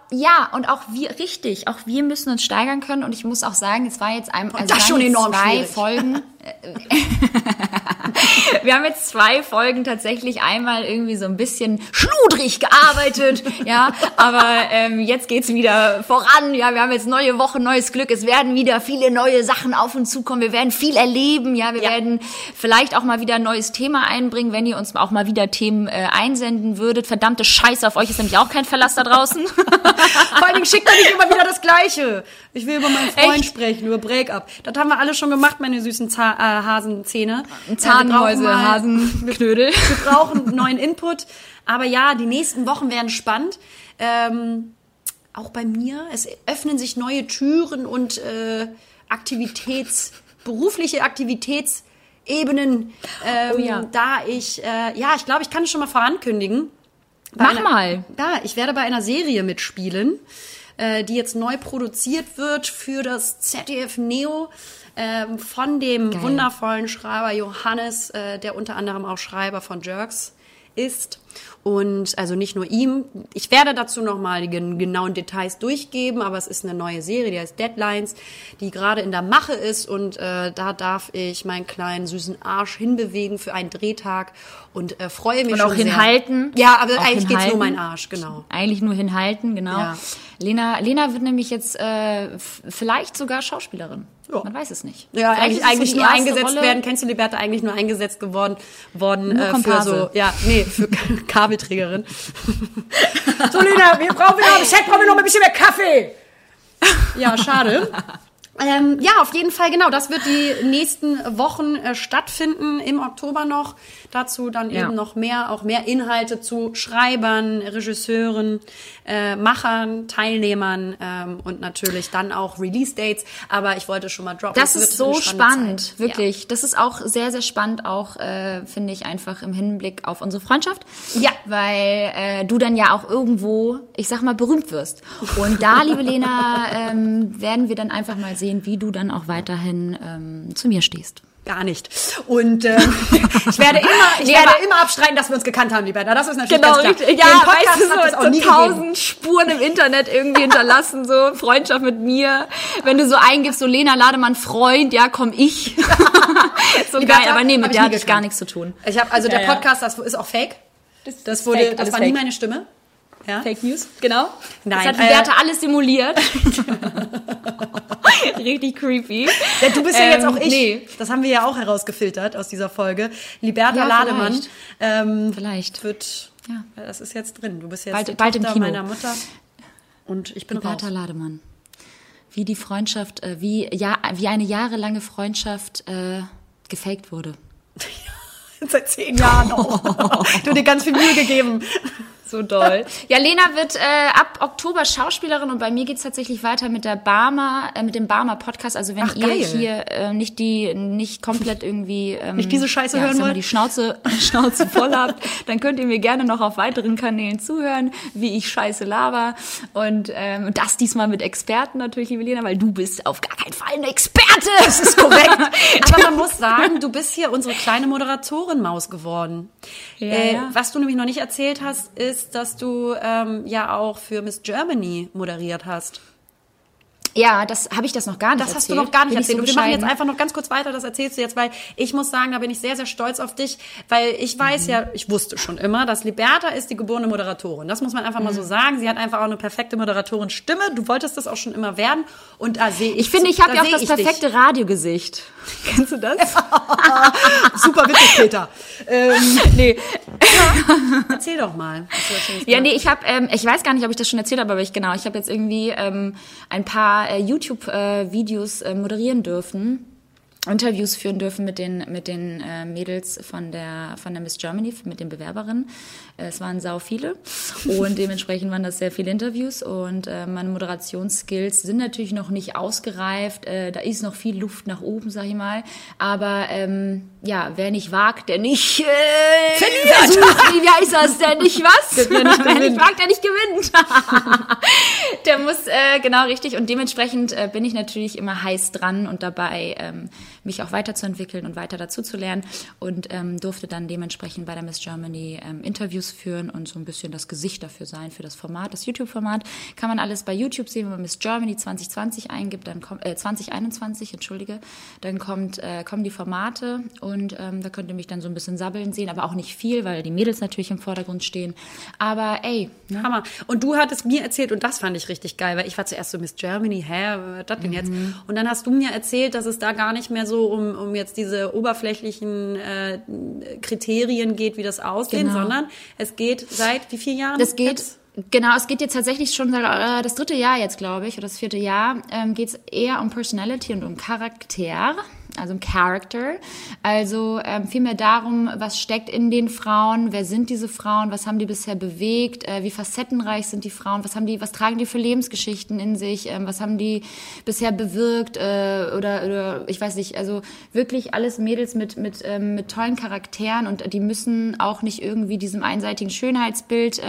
wir müssen uns steigern können und ich muss auch sagen, es war jetzt zwei Folgen. Wir haben jetzt 2 Folgen tatsächlich einmal irgendwie so ein bisschen schludrig gearbeitet, ja, aber jetzt geht's wieder voran, ja, wir haben jetzt neue Woche, neues Glück, es werden wieder viele neue Sachen auf uns zukommen, wir werden viel erleben, ja, wir werden vielleicht auch mal wieder ein neues Thema einbringen, wenn ihr uns auch mal wieder Themen einsenden würdet. Verdammte Scheiße, auf euch ist nämlich auch kein Verlass da draußen. Vor allen Dingen schickt doch nicht immer wieder das Gleiche. Ich will über meinen Freund sprechen, über Break-up. Das haben wir alle schon gemacht, meine süßen Hasenzähne. Zahnmäuse, Hasenknödel. Wir brauchen neuen Input. Aber ja, die nächsten Wochen werden spannend. Auch bei mir. Es öffnen sich neue Türen und berufliche Aktivitätsebenen. Da ich glaube, ich kann es schon mal vorankündigen. Ich werde bei einer Serie mitspielen, die jetzt neu produziert wird für das ZDF Neo von dem wundervollen Schreiber Johannes, der unter anderem auch Schreiber von Jerks ist. Und also nicht nur ihm. Ich werde dazu nochmal die genauen Details durchgeben, aber es ist eine neue Serie, die heißt Deadlines, die gerade in der Mache ist und da darf ich meinen kleinen süßen Arsch hinbewegen für einen Drehtag und freue mich und schon auch hinhalten. Sehr. Ja, aber eigentlich geht's nur um meinen Arsch, genau. Eigentlich nur hinhalten, genau. Ja. Lena wird nämlich jetzt vielleicht sogar Schauspielerin. Ja. Man weiß es nicht. Ja, eigentlich nur eingesetzt werden. Kennst du Liberta, eigentlich nur eingesetzt worden für Kabelträgerin. So, Lena, wir brauchen noch ein bisschen mehr Kaffee. Ja, schade. Auf jeden Fall, genau. Das wird die nächsten Wochen stattfinden, im Oktober noch. Dazu dann eben noch mehr Inhalte zu Schreibern, Regisseuren, Machern, Teilnehmern und natürlich dann auch Release-Dates. Aber ich wollte schon mal droppen. Das ist so spannend, wirklich. Ja. Das ist auch sehr, sehr spannend, auch finde ich einfach im Hinblick auf unsere Freundschaft. Ja. Weil du dann ja auch irgendwo, ich sag mal, berühmt wirst. Und da, liebe Lena, werden wir dann einfach mal sehen, wie du dann auch weiterhin zu mir stehst. Gar nicht. Und ich werde immer abstreiten, dass wir uns gekannt haben, Liberta. Das ist natürlich ganz klar. Richtig. Ja, weißt du, hat es auch nie 1000 Spuren im Internet irgendwie hinterlassen, so Freundschaft mit mir. Wenn du so eingibst, so Lena Lademann Freund, ja, komm ich. So Liberta, geil, aber nee, mit der hatte ich gar nichts zu tun. Der Podcast, das ist auch fake. Das war nie meine Stimme. Ja? Fake News, genau. Nein, das hat Liberta alles simuliert. Richtig creepy. Ja, du bist ja jetzt auch ich. Nee. Das haben wir ja auch herausgefiltert aus dieser Folge. Liberta Lademann. Vielleicht. Das ist jetzt drin. Du bist jetzt bald im Kino. Meiner Mutter. Und ich bin Liberta raus. Lademann. Wie die Freundschaft, wie eine jahrelange Freundschaft gefaked wurde. Seit 10 Jahren auch. Du hast dir ganz viel Mühe gegeben. So doll. Ja, Lena wird ab Oktober Schauspielerin und bei mir geht's tatsächlich weiter mit dem Barmer Podcast. Also wenn ihr hier nicht komplett irgendwie nicht diese Scheiße hören wollt, die Schnauze voll habt, dann könnt ihr mir gerne noch auf weiteren Kanälen zuhören, wie ich Scheiße laber und das diesmal mit Experten natürlich, liebe Lena, weil du bist auf gar keinen Fall eine Experte. Das ist korrekt. Aber man muss sagen, du bist hier unsere kleine Moderatorenmaus geworden. Ja. Was du nämlich noch nicht erzählt hast, ist, dass du auch für Miss Germany moderiert hast. Ja, habe ich das noch gar nicht erzählt. Das hast du noch gar nicht erzählt. Und wir machen jetzt einfach noch ganz kurz weiter, das erzählst du jetzt, weil ich muss sagen, da bin ich sehr, sehr stolz auf dich, weil ich weiß ich wusste schon immer, dass Liberta ist die geborene Moderatorin. Das muss man einfach mal so sagen. Sie hat einfach auch eine perfekte Moderatorin-Stimme. Du wolltest das auch schon immer werden. Und da sehe ich... Ich finde, ich habe ja auch das perfekte Radiogesicht. Kennst du das? Super witzig, Peter. Nee. Ja, erzähl doch mal. Ja, nee, ich weiß gar nicht, ob ich das schon erzählt habe, aber ich habe jetzt irgendwie ein paar YouTube-Videos moderieren dürfen, Interviews führen dürfen mit den Mädels von der Miss Germany, mit den Bewerberinnen. Es waren sau viele und dementsprechend waren das sehr viele Interviews und meine Moderationsskills sind natürlich noch nicht ausgereift. Da ist noch viel Luft nach oben, sag ich mal. Aber wer nicht wagt, der nicht versucht, wie heißt das, der nicht was? Wer nicht wagt, der nicht gewinnt. Der muss, genau richtig. Und dementsprechend bin ich natürlich immer heiß dran und dabei, mich auch weiterzuentwickeln und weiter dazu zu lernen und durfte dann dementsprechend bei der Miss Germany Interviews führen und so ein bisschen das Gesicht dafür sein, für das Format, das YouTube-Format. Kann man alles bei YouTube sehen, wenn man Miss Germany 2020 eingibt, dann kommt 2021, dann kommen die Formate und da könnt ihr mich dann so ein bisschen sabbeln sehen, aber auch nicht viel, weil die Mädels natürlich im Vordergrund stehen. Aber ey, ne? Hammer. Und du hattest mir erzählt, und das fand ich richtig geil, weil ich war zuerst so Miss Germany, was ist das denn jetzt? Und dann hast du mir erzählt, dass es da gar nicht mehr so um jetzt diese oberflächlichen Kriterien geht, wie das aussehen, sondern es geht seit wie vielen Jahren? Es geht jetzt tatsächlich schon das 3. Jahr jetzt, glaube ich, oder das 4. Jahr, geht es eher um Personality und um Charakter. Also um Character, also vielmehr darum, was steckt in den Frauen, wer sind diese Frauen, was haben die bisher bewegt, wie facettenreich sind die Frauen, was tragen die für Lebensgeschichten in sich, was haben die bisher bewirkt oder ich weiß nicht, also wirklich alles Mädels mit tollen Charakteren und die müssen auch nicht irgendwie diesem einseitigen Schönheitsbild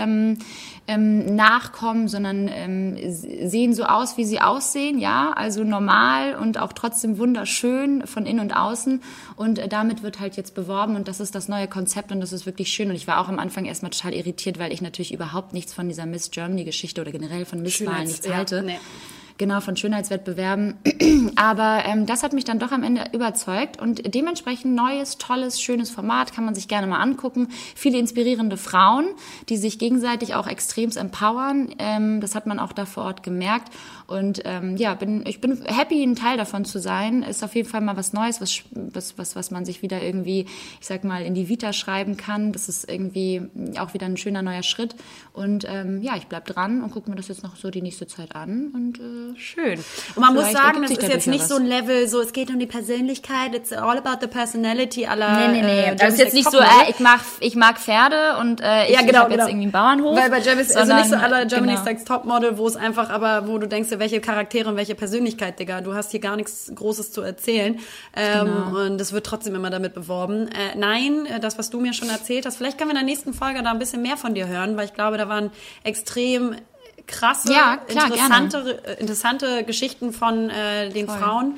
nachkommen, sondern sehen so aus, wie sie aussehen, ja, also normal und auch trotzdem wunderschön von innen und außen und damit wird halt jetzt beworben und das ist das neue Konzept und das ist wirklich schön und ich war auch am Anfang erstmal total irritiert, weil ich natürlich überhaupt nichts von dieser Miss Germany-Geschichte oder generell von Misswahlen nichts halte. Nee. Genau, von Schönheitswettbewerben. Aber das hat mich dann doch am Ende überzeugt und dementsprechend neues, tolles, schönes Format, kann man sich gerne mal angucken. Viele inspirierende Frauen, die sich gegenseitig auch extremst empowern. Das hat man auch da vor Ort gemerkt. Und ich bin happy, ein Teil davon zu sein. Ist auf jeden Fall mal was Neues, was man sich wieder irgendwie, ich sag mal, in die Vita schreiben kann. Das ist irgendwie auch wieder ein schöner neuer Schritt. Und ich bleib dran und gucke mir das jetzt noch so die nächste Zeit an und schön. Und man muss sagen, das ist jetzt nicht so ein Level, so es geht um die Persönlichkeit, it's all about the personality aller. Nee. Das ist jetzt nicht so, ich mag Pferde und ich habe jetzt irgendwie einen Bauernhof. Weil bei Germany's, also nicht so aller Germany's Next Topmodel, wo es einfach, aber wo du denkst, welche Charaktere und welche Persönlichkeit, Digga, du hast hier gar nichts Großes zu erzählen. Und es wird trotzdem immer damit beworben. Nein, das, was du mir schon erzählt hast, vielleicht können wir in der nächsten Folge da ein bisschen mehr von dir hören, weil ich glaube, da waren extrem krasse, interessante Geschichten von den Frauen.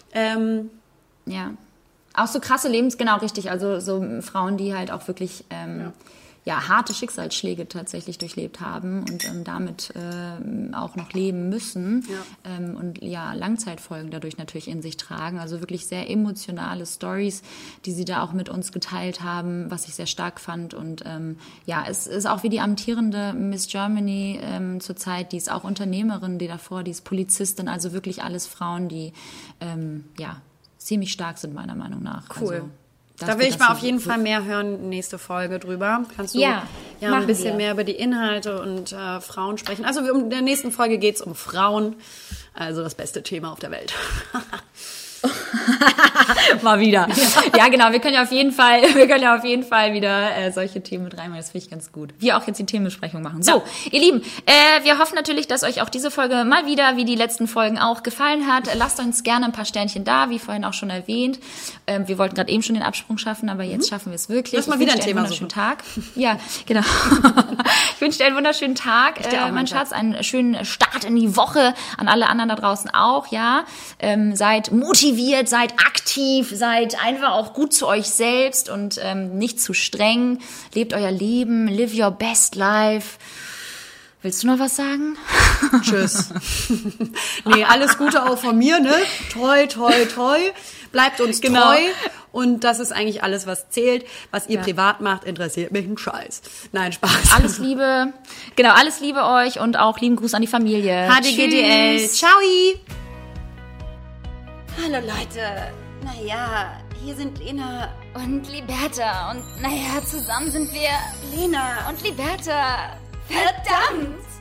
Auch so krasse genau richtig. Also so Frauen, die halt auch wirklich harte Schicksalsschläge tatsächlich durchlebt haben und damit auch noch leben müssen und Langzeitfolgen dadurch natürlich in sich tragen. Also wirklich sehr emotionale Stories, die sie da auch mit uns geteilt haben, was ich sehr stark fand. Und es ist auch wie die amtierende Miss Germany zurzeit, die ist auch Unternehmerin, die ist Polizistin, also wirklich alles Frauen, die ziemlich stark sind meiner Meinung nach. Cool. Also, da will ich mal auf jeden Fall mehr hören, nächste Folge drüber. Kannst du ein bisschen mehr über die Inhalte und Frauen sprechen. Also in der nächsten Folge geht es um Frauen. Also das beste Thema auf der Welt. Mal wieder. Ja, genau. Wir können ja auf jeden Fall wieder solche Themen mit reinmachen. Das finde ich ganz gut. Wir auch jetzt die Themenbesprechung machen. So, ihr Lieben, wir hoffen natürlich, dass euch auch diese Folge mal wieder, wie die letzten Folgen auch, gefallen hat. Lasst uns gerne ein paar Sternchen da, wie vorhin auch schon erwähnt. Wir wollten gerade eben schon den Absprung schaffen, aber jetzt schaffen wir es wirklich. Lass mal wieder ein Thema suchen. Tag. Ja, genau. Ich wünsche dir einen wunderschönen Tag, mein Schatz, einen schönen Start in die Woche. An alle anderen da draußen auch, ja. Seid motiviert, seid aktiv, seid einfach auch gut zu euch selbst und nicht zu streng. Lebt euer Leben, live your best life. Willst du noch was sagen? Tschüss. Nee, alles Gute auch von mir, ne? Toi, toi, toi. Bleibt uns treu. Und das ist eigentlich alles, was zählt. Was ihr privat macht, interessiert mich ein Scheiß. Nein, Spaß. Alles Liebe. Genau, alles Liebe euch und auch lieben Gruß an die Familie. HDGDL. Tschüss. Ciao. Hallo Leute. Naja, hier sind Lena Und Liberta. Und naja, zusammen sind wir Lena und Liberta. Verdammt!